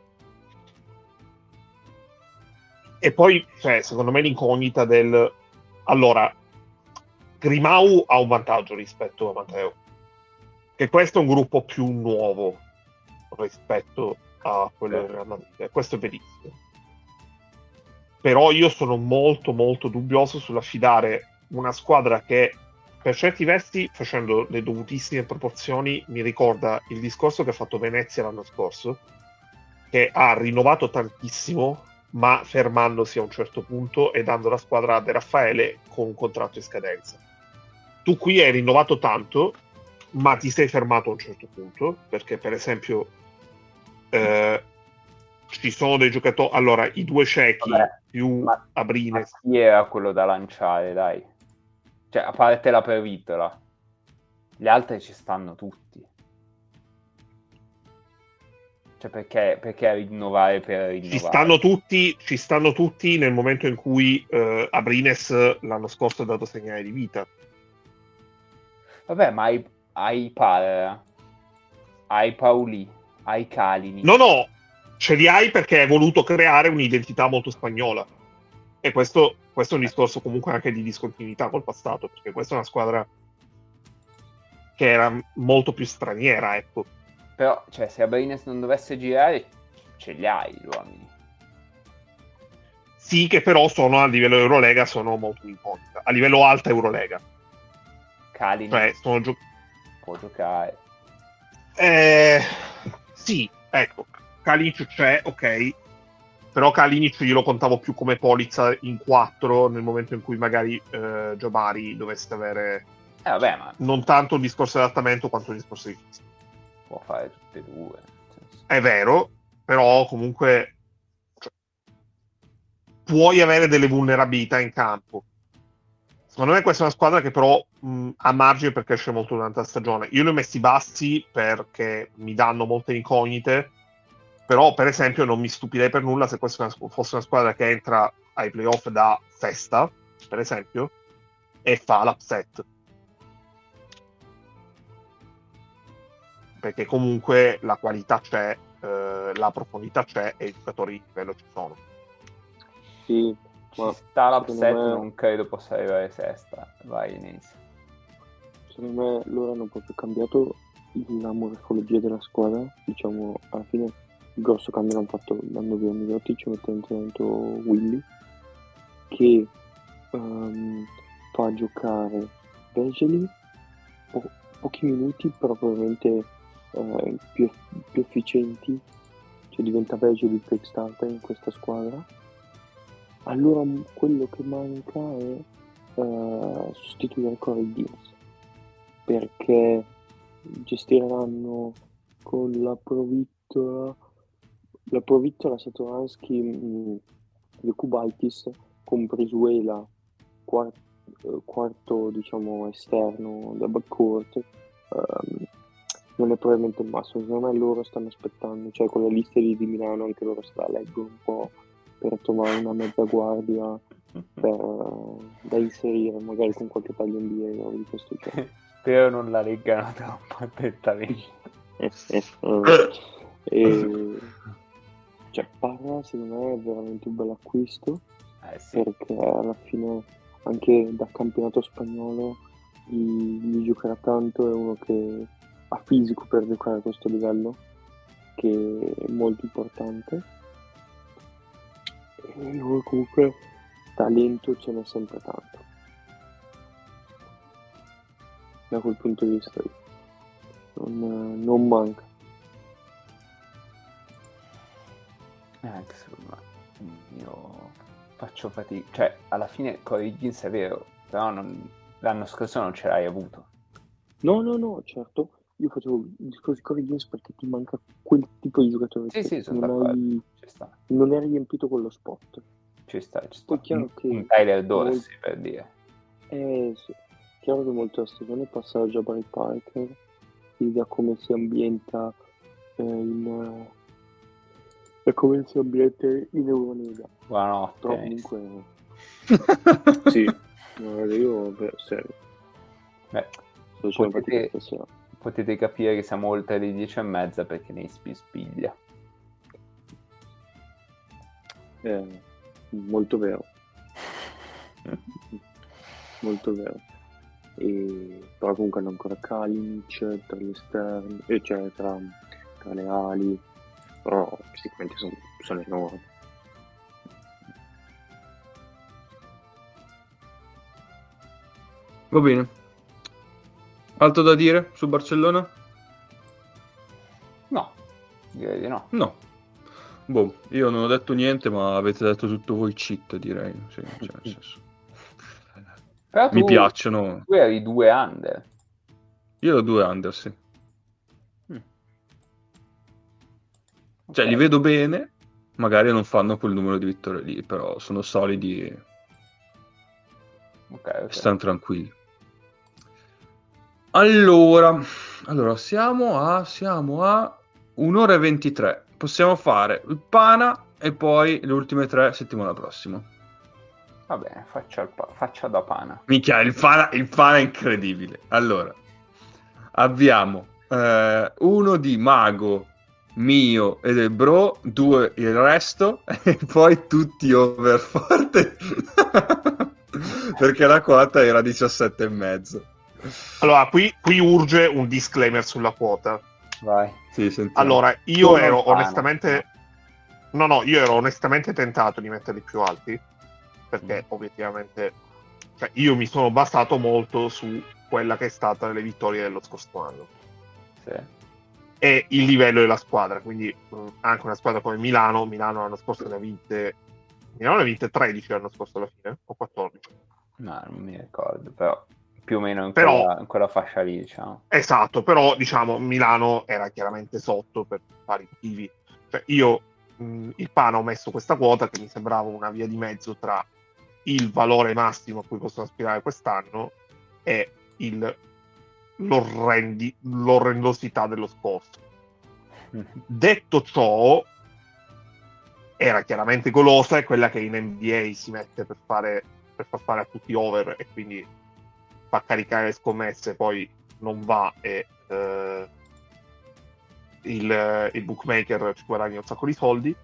E poi, secondo me l'incognita allora, Grimau ha un vantaggio rispetto a Matteo, che questo è un gruppo più nuovo rispetto a quello del Real Madrid, questo è verissimo. Però io sono molto molto dubbioso sull'affidare una squadra che per certi versi, facendo le dovutissime proporzioni, mi ricorda il discorso che ha fatto Venezia l'anno scorso, che ha rinnovato tantissimo ma fermandosi a un certo punto e dando la squadra a De Raffaele con un contratto in scadenza. Tu qui hai rinnovato tanto, ma ti sei fermato a un certo punto, perché per esempio ci sono dei giocatori, allora i 2 ciechi più Abrines. Ma chi era quello da lanciare, dai? Cioè, a parte la Provittola, gli altri ci stanno tutti. Cioè, perché rinnovare per rinnovare? Ci stanno tutti nel momento in cui Abrines l'anno scorso ha dato segnale di vita. Vabbè, ma hai Parra, hai Pauli, hai Calini. No, ce li hai perché hai voluto creare un'identità molto spagnola. E questo è un discorso comunque anche di discontinuità col passato, perché questa è una squadra che era molto più straniera, ecco. Però, cioè, se Abrines non dovesse girare, ce li hai gli uomini. Sì, che però sono a livello Eurolega, sono molto incognita. A livello alta Eurolega. Calini può giocare. Sì, ecco. Kalinic c'è, ok. Però Kalinic io lo contavo più come polizza in 4 nel momento in cui magari Jabari dovesse avere vabbè, ma non tanto un discorso di adattamento quanto un discorso di fisico. Può fare tutte e 2. È vero, però comunque puoi avere delle vulnerabilità in campo. Secondo me questa è una squadra che però ha margine per crescere molto durante la stagione. Io li ho messi bassi perché mi danno molte incognite, però per esempio non mi stupirei per nulla se questa fosse una squadra che entra ai playoff da festa, per esempio, e fa l'upset. Perché comunque la qualità c'è la profondità c'è e i giocatori di livello ci sono. Sì, ma sta l'upset, me... non credo possa arrivare sesta. Vai, inizia. Secondo me loro hanno proprio cambiato la morfologia della squadra, diciamo, alla fine il grosso cambio l'hanno fatto dando via Mirotic, mettendo dentro Willy, che fa giocare Vesely pochi minuti, però probabilmente più efficienti, cioè diventa Vesely il fake starter in questa squadra. Allora quello che manca è sostituire Corey Gibbs, perché gestiranno con la Provittola, Satoransky, Jokubaitis, con Brizuela quarto diciamo esterno da backcourt. Non è probabilmente il massimo. Secondo me loro stanno aspettando, cioè con la lista di Milano anche loro se la leggono un po' per trovare una mezza guardia da inserire magari con qualche taglio NBA o di questo genere. Spero non la leggano troppo attentamente. Cioè Parra secondo me è veramente un bel acquisto, Sì. perché alla fine anche da campionato spagnolo gli giocherà tanto, è uno che ha fisico per giocare a questo livello, che è molto importante, e lui comunque talento ce n'è sempre tanto. Da quel punto di vista non manca. Anche secondo me io faccio fatica, cioè alla fine Corey Higgins è vero, però l'anno scorso non ce l'hai avuto. No, certo, io facevo il discorso di Corey Higgins perché ti manca quel tipo di giocatore. Sì, sono d'accordo, ci sta. Non è riempito quello spot. Ci sta. Poi chiaro che un Tyler Dorsey, per dire. Sì. Chiaro che molto la stagione passa da Jabari Parker, da come si ambienta in Eurolega. Buonanotte. Però comunque sì, io serio. Potete capire che siamo oltre le 10:30 perché ne spiglia. Molto vero. Molto vero. Però comunque hanno ancora Kalinic tra gli esterni, cioè tra le ali, però sicuramente sono enormi. Va bene. Altro da dire su Barcellona? No, direi di no. No. Boh, io non ho detto niente, ma avete detto tutto voi cheat, direi. Sì, cioè, nel senso. Però mi piacciono. Tu eri 2 under. Io ho 2 under, sì. Cioè, Okay. li vedo bene, magari non fanno quel numero di vittorie lì, però sono solidi e stanno tranquilli. Allora, siamo a 1 ora e 23. Possiamo fare il Pana e poi le ultime 3 settimana prossima. Va bene, faccia da Pana. Minchia, il Pana è incredibile. Allora, abbiamo 1 di Mago, mio e del Bro, 2 il resto, e poi tutti over forte perché la quota era 17,5. Allora, qui urge un disclaimer sulla quota. Vai. Sì, sentiamo. Allora, io ero onestamente... No, io ero onestamente tentato di metterli più alti, perché obiettivamente... Cioè, io mi sono basato molto su quella che è stata le vittorie dello scorso anno. Sì. E il livello della squadra, quindi anche una squadra come Milano l'anno scorso ne ha vinte... Milano ne ha vinte 13 l'anno scorso alla fine, o 14. No, non mi ricordo, però più o meno in quella fascia lì, diciamo. Esatto, però diciamo Milano era chiaramente sotto per vari motivi. Cioè, io il Pana ho messo questa quota che mi sembrava una via di mezzo tra il valore massimo a cui possono aspirare quest'anno e l'orrendosità dello scorso. Detto ciò, era chiaramente golosa, è quella che in NBA si mette per far fare a tutti over e quindi fa caricare le scommesse, poi non va e il bookmaker ci guadagna un sacco di soldi.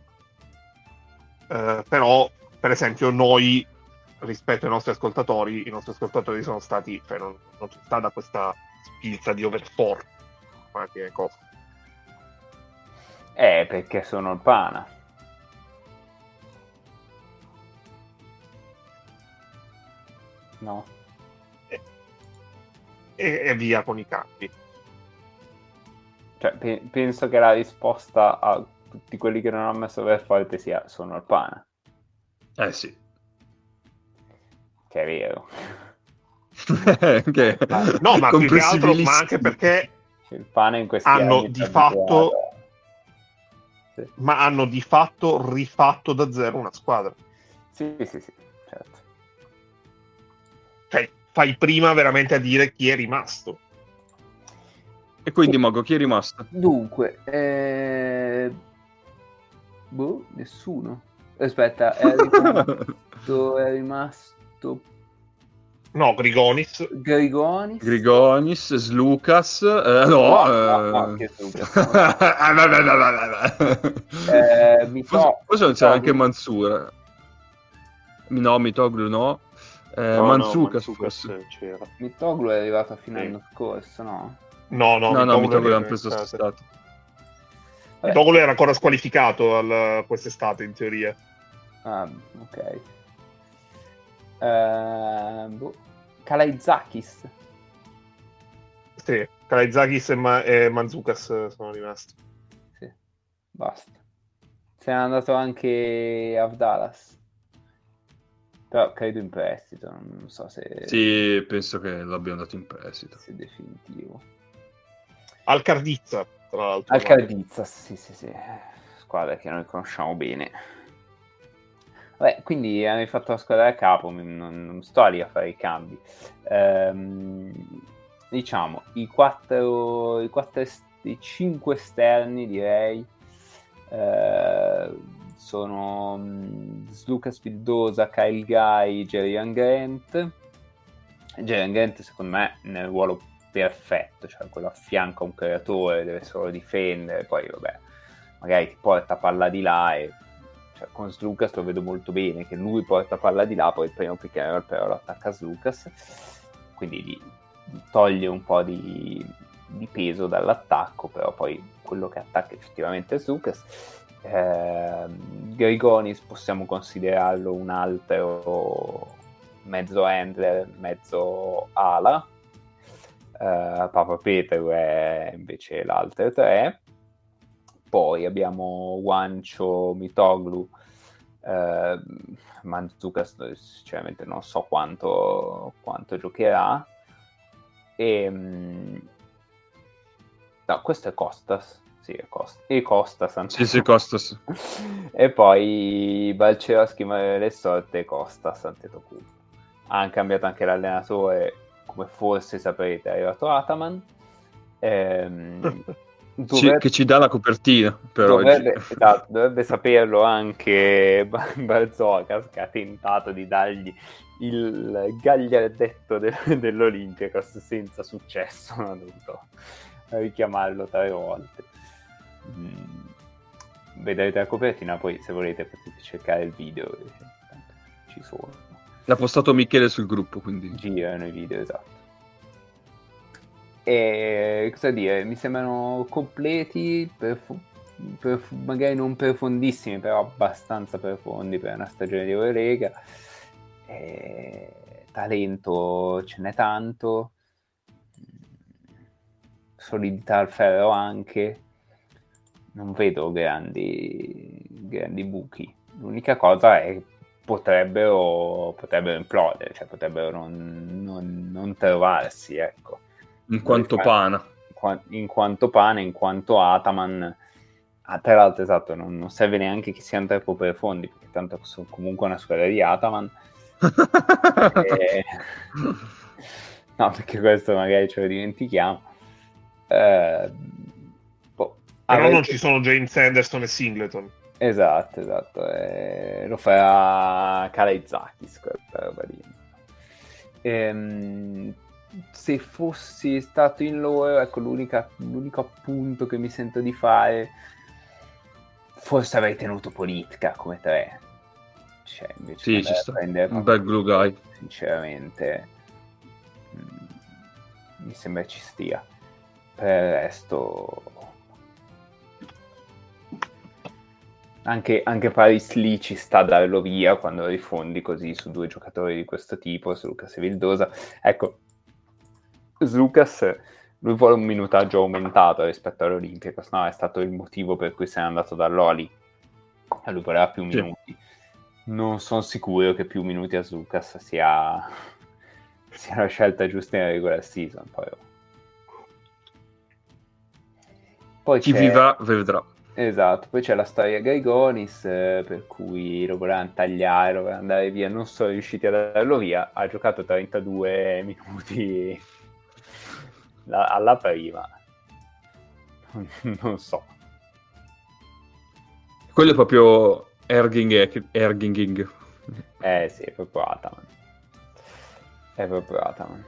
Però, per esempio, noi rispetto ai nostri ascoltatori, i nostri ascoltatori sono stati, cioè non c'è stata questa spinta di overforce, ma che cosa? Perché sono il pana. No? E via con i campi. Cioè, penso che la risposta a tutti quelli che non hanno messo overforte sia sono il pana. Sì. Che è vero. Che No, ma più che altro, comprensibilissimo. ma anche perché Il pane in questi hanno anni di è fatto abituato. Sì. ma hanno di fatto rifatto da zero una squadra. Sì, certo. Cioè, fai prima veramente a dire chi è rimasto. E quindi, Sì. Mago, chi è rimasto? Dunque, nessuno. Aspetta, è rimasto No, Grigonis. Grigonis, Slucas, no, che Slucas. Forse non c'era anche Mansura. No, Mitoglu no. Manzucas forse. c'era. Mitoglu è arrivato fino all'anno scorso, no? No, Mitoglu l'hanno preso quest'estate. Mitoglu era ancora squalificato quest'estate, in teoria. Ah, ok. Kalaitzakis. Sì, Kalaitzakis e Manzucas sono rimasti. Sì, basta. Se n'è andato anche Avdalas. Però credo in prestito, non so se... Sì, penso che l'abbiano dato in prestito. Se è definitivo. Al Cardizza, tra l'altro. Al Cardizza, sì. Squadra che noi conosciamo bene. Vabbè, quindi hanno fatto la squadra da capo, non sto lì a fare i cambi. Diciamo, i 5 esterni, direi, sono Slucas Vildosa, Kyle Guy, Jerian Grant. Jerian Grant, secondo me, nel ruolo perfetto, cioè quello affianca un creatore, deve solo difendere, poi vabbè, magari ti porta palla di là e... Cioè, con Slucas lo vedo molto bene, che lui porta palla di là, poi il primo pick and roll però lo attacca Slucas, quindi gli toglie un po' di peso dall'attacco, però poi quello che attacca effettivamente è Slucas. Grigonis possiamo considerarlo un altro mezzo handler, mezzo ala. Papa Petru è invece l'altro 3. Poi abbiamo Wancho, Mitoglu, Manzucas, sinceramente non so quanto giocherà. No, questo è Costas. Sì, è Costas. E Costas. Sì, Costas. E poi Balceroschi, le sorte, Costas, Antetokounmpo. Ha cambiato anche l'allenatore, come forse saprete, è arrivato Ataman. Che ci dà la copertina per oggi. Esatto, dovrebbe saperlo anche Barzokas, che ha tentato di dargli il gagliardetto dell'Olympiacos senza successo, ha dovuto richiamarlo 3 volte. Vedrete la copertina, poi se volete potete cercare il video, ci sono. L'ha postato Michele sul gruppo, quindi girano i video, esatto. E cosa dire, mi sembrano completi, magari non profondissimi, però abbastanza profondi per una stagione di Eurolega. Talento ce n'è tanto, solidità al ferro anche, non vedo grandi buchi. L'unica cosa è che potrebbero implodere, cioè potrebbero non trovarsi, ecco. In quanto pana, in quanto Ataman. Tra l'altro, esatto, non serve neanche che siano troppo profondi, perché tanto sono comunque una squadra di Ataman. No, perché questo magari ce lo dimentichiamo. Però non ci sono James Anderson e Singleton. Esatto. Lo farà Kalaitzakis, quella roba lì. se fossi stato in loro, ecco, l'unico appunto che mi sento di fare, forse avrei tenuto Politka come 3. Cioè, invece Sì, ci sta. prendere Un bel glue guy. Sinceramente, mi sembra ci stia. Per il resto, anche Paris lì ci sta a darlo via quando rifondi così su 2 giocatori di questo tipo, su Lucas e Vildosa. Ecco, Lucas, lui vuole un minutaggio aumentato rispetto all'Olimpia, questo no, è stato il motivo per cui se n'è andato dall'Oli. Lui voleva più minuti. Non sono sicuro che più minuti a Lucas sia la scelta giusta in regular season. Poi chi vivrà vedrà. Esatto, poi c'è la storia Grigonis, per cui lo volevano tagliare, lo volevano andare via, non sono riusciti a darlo via, ha giocato 32 minuti alla prima. Non so. Quello è proprio Erginging. Sì, è proprio Ataman.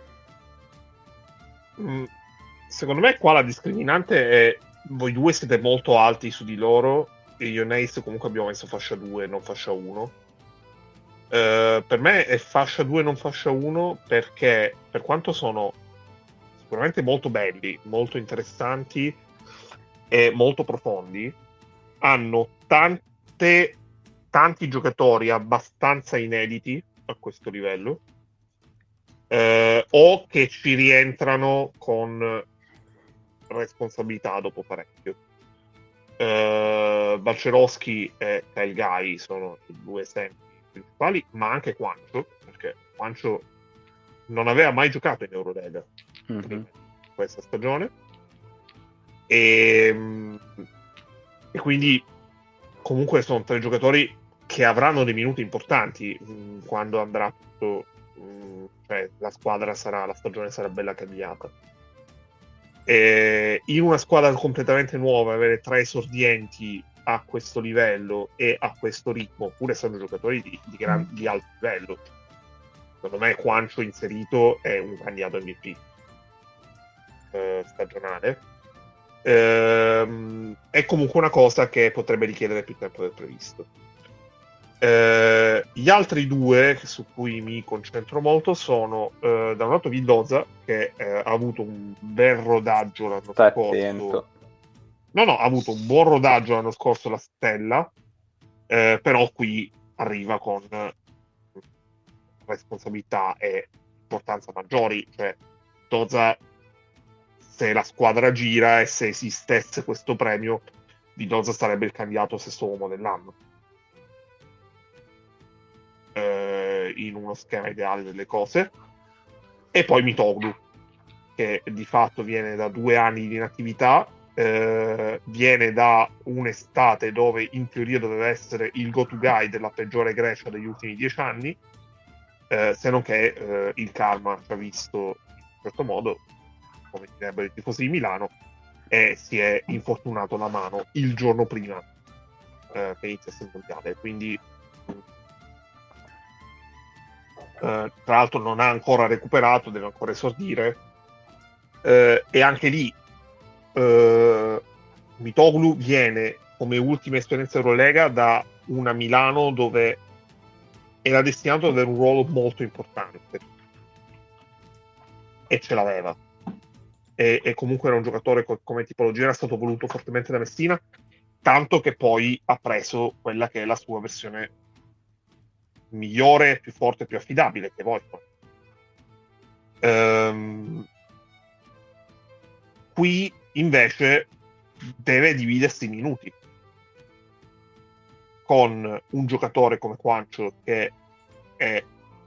Secondo me qua la discriminante è voi due siete molto alti su di loro e io e Ace comunque abbiamo messo fascia 2 non fascia 1. Per me è fascia 2 non fascia 1 perché per quanto sono sicuramente molto belli, molto interessanti e molto profondi, hanno tanti giocatori abbastanza inediti a questo livello, o che ci rientrano con responsabilità dopo parecchio. Balcerowski e Kyle Guy sono i 2 esempi principali, ma anche Quancio, perché Quancio non aveva mai giocato in Eurolega questa stagione e quindi comunque sono 3 giocatori che avranno dei minuti importanti quando andrà tutto, cioè la stagione sarà bella cambiata. In una squadra completamente nuova avere 3 esordienti a questo livello e a questo ritmo, pur essendo giocatori di alto livello, secondo me Quancio inserito è un candidato MVP stagionale. È comunque una cosa che potrebbe richiedere più tempo del previsto. Gli altri 2 su cui mi concentro molto sono da un lato Vildoza, che ha avuto un bel rodaggio l'anno scorso. Ha avuto un buon rodaggio l'anno scorso, la stella, però qui arriva con responsabilità e importanza maggiori. Cioè Vildoza, se la squadra gira e se esistesse questo premio, Vildoza sarebbe il candidato sesto uomo dell'anno. In uno schema ideale delle cose. E poi Mitoglu, che di fatto viene da 2 anni di inattività, viene da un'estate dove in teoria doveva essere il go-to guy della peggiore Grecia degli ultimi 10 anni, se non che il karma ci ha visto in un certo modo, come direbbero i tifosi di Milano, e si è infortunato la mano il giorno prima che iniziasse il mondiale. Quindi tra l'altro non ha ancora recuperato, deve ancora esordire, e anche lì Mitoglu viene come ultima esperienza Eurolega da una Milano dove era destinato ad avere un ruolo molto importante e ce l'aveva, e comunque era un giocatore come tipologia, era stato voluto fortemente da Messina, tanto che poi ha preso quella che è la sua versione migliore, più forte, più affidabile, che vuoi. Qui invece deve dividersi i minuti con un giocatore come Quancio che è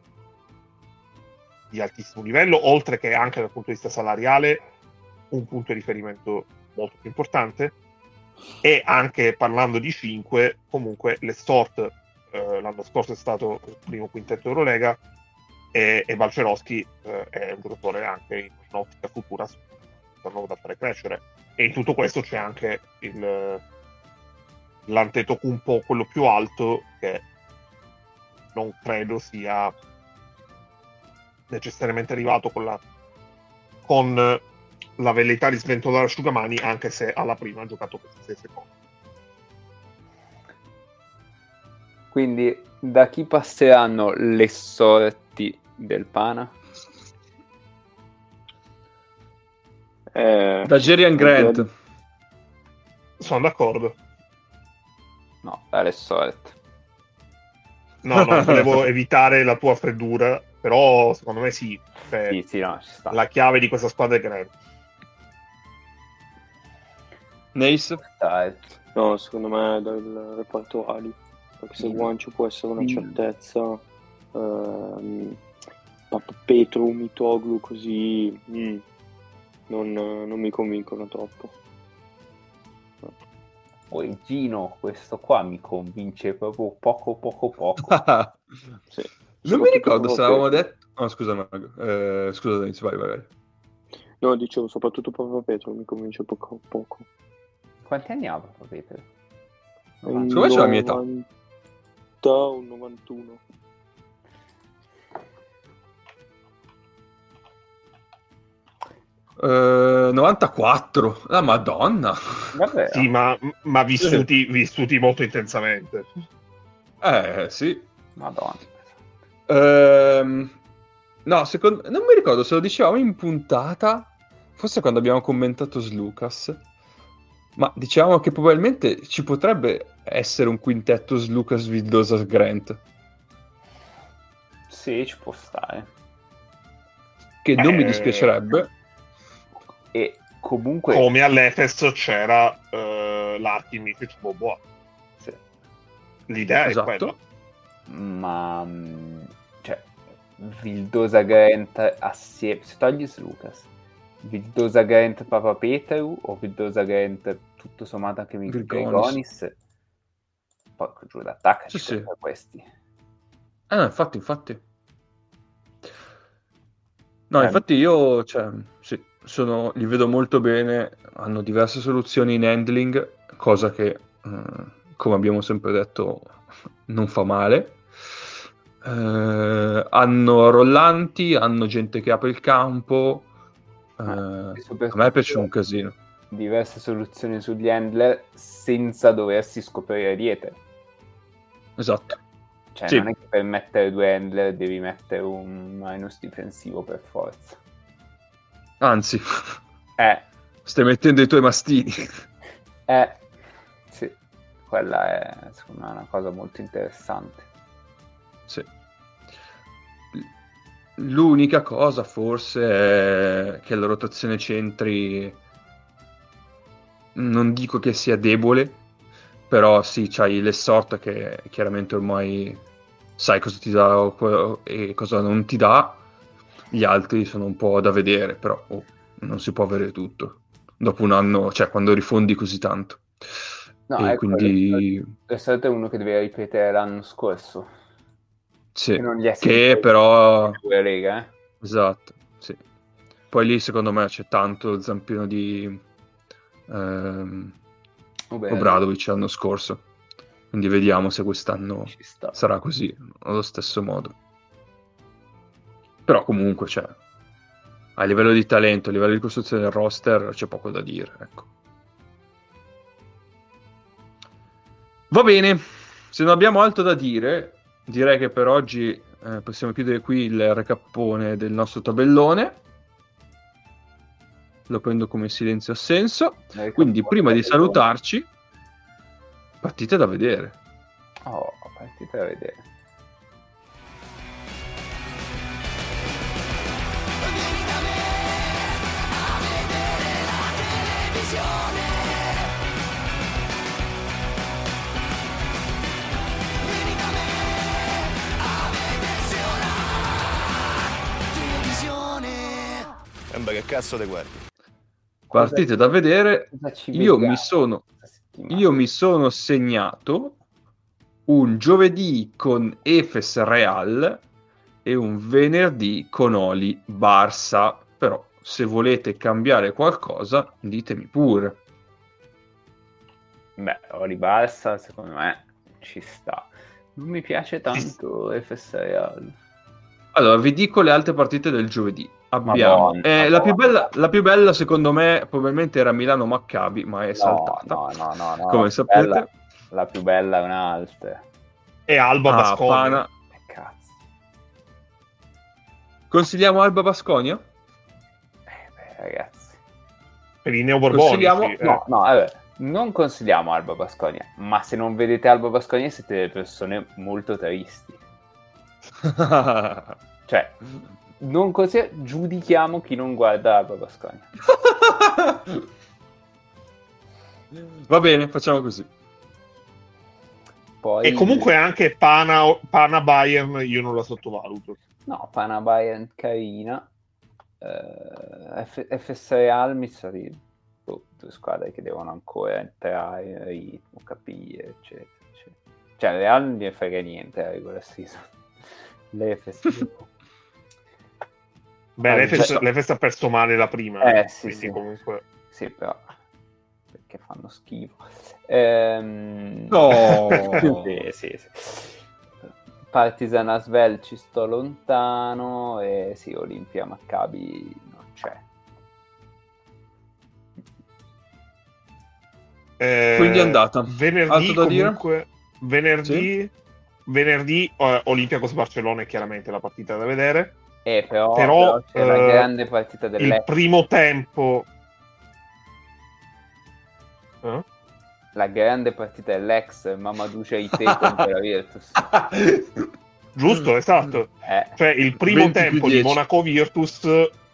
di altissimo livello, oltre che anche dal punto di vista salariale un punto di riferimento molto più importante, e anche parlando di 5, comunque l'Estort l'anno scorso è stato il primo quintetto Eurolega, e Balcerowski è un giocatore anche in un'ottica futura da fare crescere, e in tutto questo c'è anche l'Antetokounmpo, quello più alto, che non credo sia necessariamente arrivato con la con la velleità di sventolare asciugamani, anche se alla prima ha giocato queste 6 secondi. Quindi da chi passeranno le sorti del Pana? Da Jerian Grant. Sono d'accordo. No, dalle sorti. No, volevo evitare la tua freddura, però secondo me sì. Sì, no, ci sta. La chiave di questa squadra è Grant. Nace? No, secondo me dal reparto ali, perché se Guancio può essere una certezza, Petru, Mitoglu così non mi convincono troppo. Poi Gino, questo qua mi convince proprio poco. Sì. Non mi ricordo se avevamo detto... Oh, scusa, Mago. Scusa, Dennis, vai. No, dicevo, soprattutto Papa Petru mi convince poco. Quanti anni ha Papa Petru? Secondo me c'è la mia età. 90 o 91. Uh, 94. La Madonna. Davvero? Sì, ma vissuti molto intensamente. Sì. Madonna. No, non mi ricordo se lo dicevamo in puntata, forse quando abbiamo commentato Slucas, ma dicevamo che probabilmente ci potrebbe essere un quintetto Slucas, Vildosa, Grant. Sì, ci può stare. Che non mi dispiacerebbe. E comunque... Come all'Efes c'era Larkin, Mitic, Bobois. Sì. L'idea Esatto. è quella. Ma... cioè, Vildosa Grant assieme... Se togli Slucas, Vildosa Grant Papa Petru o Vildosa Grant tutto sommato anche Grigonis, poi giù d'attacco ci sono questi. No, infatti. No, infatti io, sì, li vedo molto bene, hanno diverse soluzioni in handling, cosa che, come abbiamo sempre detto, non fa male. Hanno rollanti, hanno gente che apre il campo, a me piace un casino. Diverse soluzioni sugli handler senza doversi scoprire dietro. Esatto. Cioè, sì. Non è che per mettere 2 handler devi mettere un minus difensivo per forza. Anzi, stai mettendo i tuoi mastini. Sì, quella è secondo me una cosa molto interessante. Sì. L'unica cosa forse è che la rotazione centri non dico che sia debole, però sì, c'hai l'Essort che chiaramente ormai sai cosa ti dà e cosa non ti dà. Gli altri sono un po' da vedere, però non si può avere tutto dopo un anno, cioè quando rifondi così tanto. No, e quindi l'Essort è uno che doveva ripetere l'anno scorso. Sì, non gli è che però Lega, esatto, sì. Poi lì secondo me c'è tanto zampino di Obradovic l'anno scorso, quindi vediamo se quest'anno sarà così, allo stesso modo. Però comunque a livello di talento, a livello di costruzione del roster c'è poco da dire, ecco. Va bene, se non abbiamo altro da dire, direi che per oggi possiamo chiudere qui il recappone del nostro tabellone. Lo prendo come silenzio assenso. Quindi prima di salutarci, partite da vedere. Partite da vedere. Vieni da me a vedere la televisione. Vieni da me a vedersi una televisione. Ma che cazzo te guardi? Partite da vedere. Io mi sono segnato un giovedì con Efes Real e un venerdì con Oli Barça. Però se volete cambiare qualcosa ditemi pure. Oli Barça secondo me ci sta. Non mi piace tanto Efes Real. Allora, vi dico le altre partite del giovedì. Abbiamo Madonna, la più bella, secondo me, probabilmente era Milano-Maccabi, ma è saltata. No. Come sapete. La più bella è un'altra. E Alba Baskonia. Pana. Cazzo. Consigliamo Alba Baskonia? Ragazzi. Per i neoborbonici. Consigliamo- No, vabbè, non consigliamo Alba Baskonia, ma se non vedete Alba Baskonia siete delle persone molto tristi. Cioè, giudichiamo chi non guarda Alba Baskonia. Va bene, facciamo così. Poi, E comunque anche Pana Bayern io non la sottovaluto. no, Pana Bayern carina. FS Real mi sa di due squadre che devono ancora entrare in ritmo, capire, eccetera. Cioè, Real non ne frega niente la regular season. L'FS Beh, Cioè- l'Efes ha perso male la prima. sì, quindi sì. comunque... Sì, però perché fanno schifo. No. Sì. Partizan Asvel ci sto lontano e sì, Olimpia Maccabi non c'è. Quindi è andata. Venerdì Altro da dire? comunque... Venerdì Olympiacos Barcellona è chiaramente la partita da vedere. Però c'è la grande partita Il dell'Ex. primo tempo... La grande partita dell'Ex Mamadou Jaité contro la Virtus. Giusto, esatto. Cioè il primo 20 più tempo di 10. Monaco-Virtus,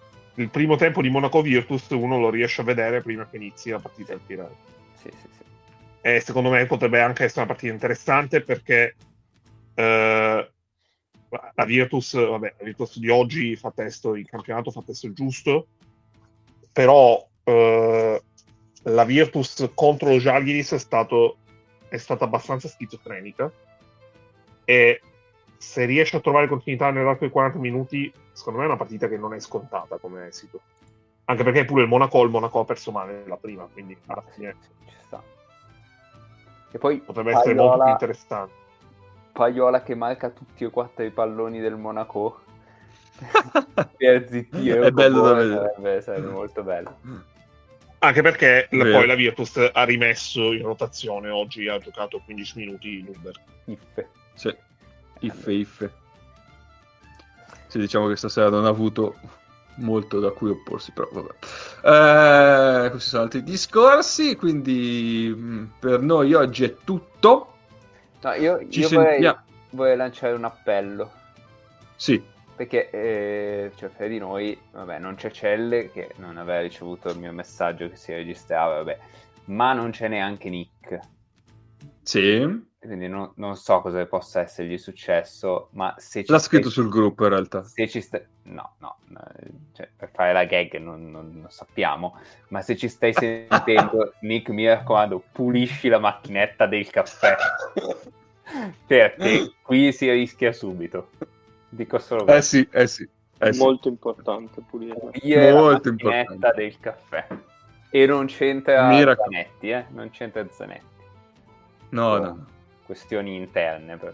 uno lo riesce a vedere prima che inizi la partita del tirare. Sì. E secondo me potrebbe anche essere una partita interessante perché la Virtus di oggi fa testo, il campionato fa testo giusto, però la Virtus contro lo Žalgiris è stata abbastanza schizofrenica e se riesce a trovare continuità nell'arco dei 40 minuti, secondo me è una partita che non è scontata come esito. Anche perché pure il Monaco ha perso male la prima, quindi alla fine Ci sta. E poi potrebbe essere molto più interessante. Paiola che marca tutti e 4 i palloni del Monaco per zittire È bello da vedere. Sarebbe molto bello. Anche perché Vero. poi la Virtus ha rimesso in rotazione, oggi ha giocato 15 minuti Lumberg. Iffe. Sì. Iffe. Sì, diciamo che stasera non ha avuto molto da cui opporsi, però vabbè. Questi sono altri discorsi, quindi per noi oggi è tutto. No, io sentiamo. vorrei lanciare un appello. Sì, Perché fra di noi, vabbè, non c'è Celle che non aveva ricevuto il mio messaggio che si registrava, vabbè, ma non c'è neanche Nick. sì. Quindi non so cosa possa essergli successo, ma se ci L'ha stai- scritto sul gruppo in realtà. se ci stai... No, cioè, per fare la gag non sappiamo, ma se ci stai sentendo, Nick, mi raccomando, pulisci la macchinetta del caffè, perché qui si rischia subito. Dico solo questo. Sì. Molto importante pulirla. Pulire la Molto macchinetta importante. del caffè. E non c'entra Mi raccomando. Zanetti, non c'entra Zanetti. No. Questioni interne per...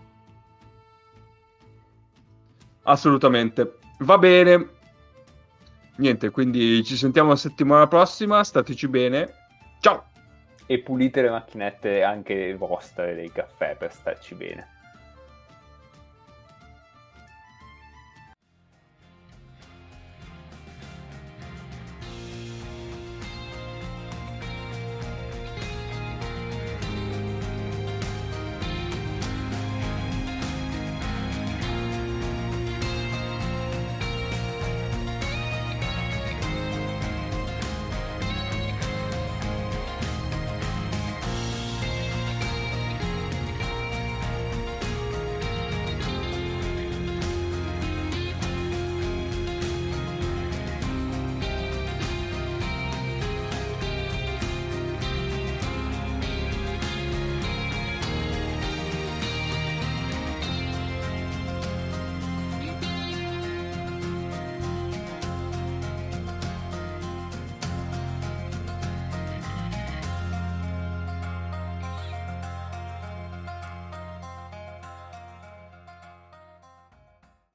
Assolutamente. Va bene. Niente, quindi ci sentiamo la settimana prossima. Stateci bene. Ciao. E pulite le macchinette anche vostre dei caffè per starci bene.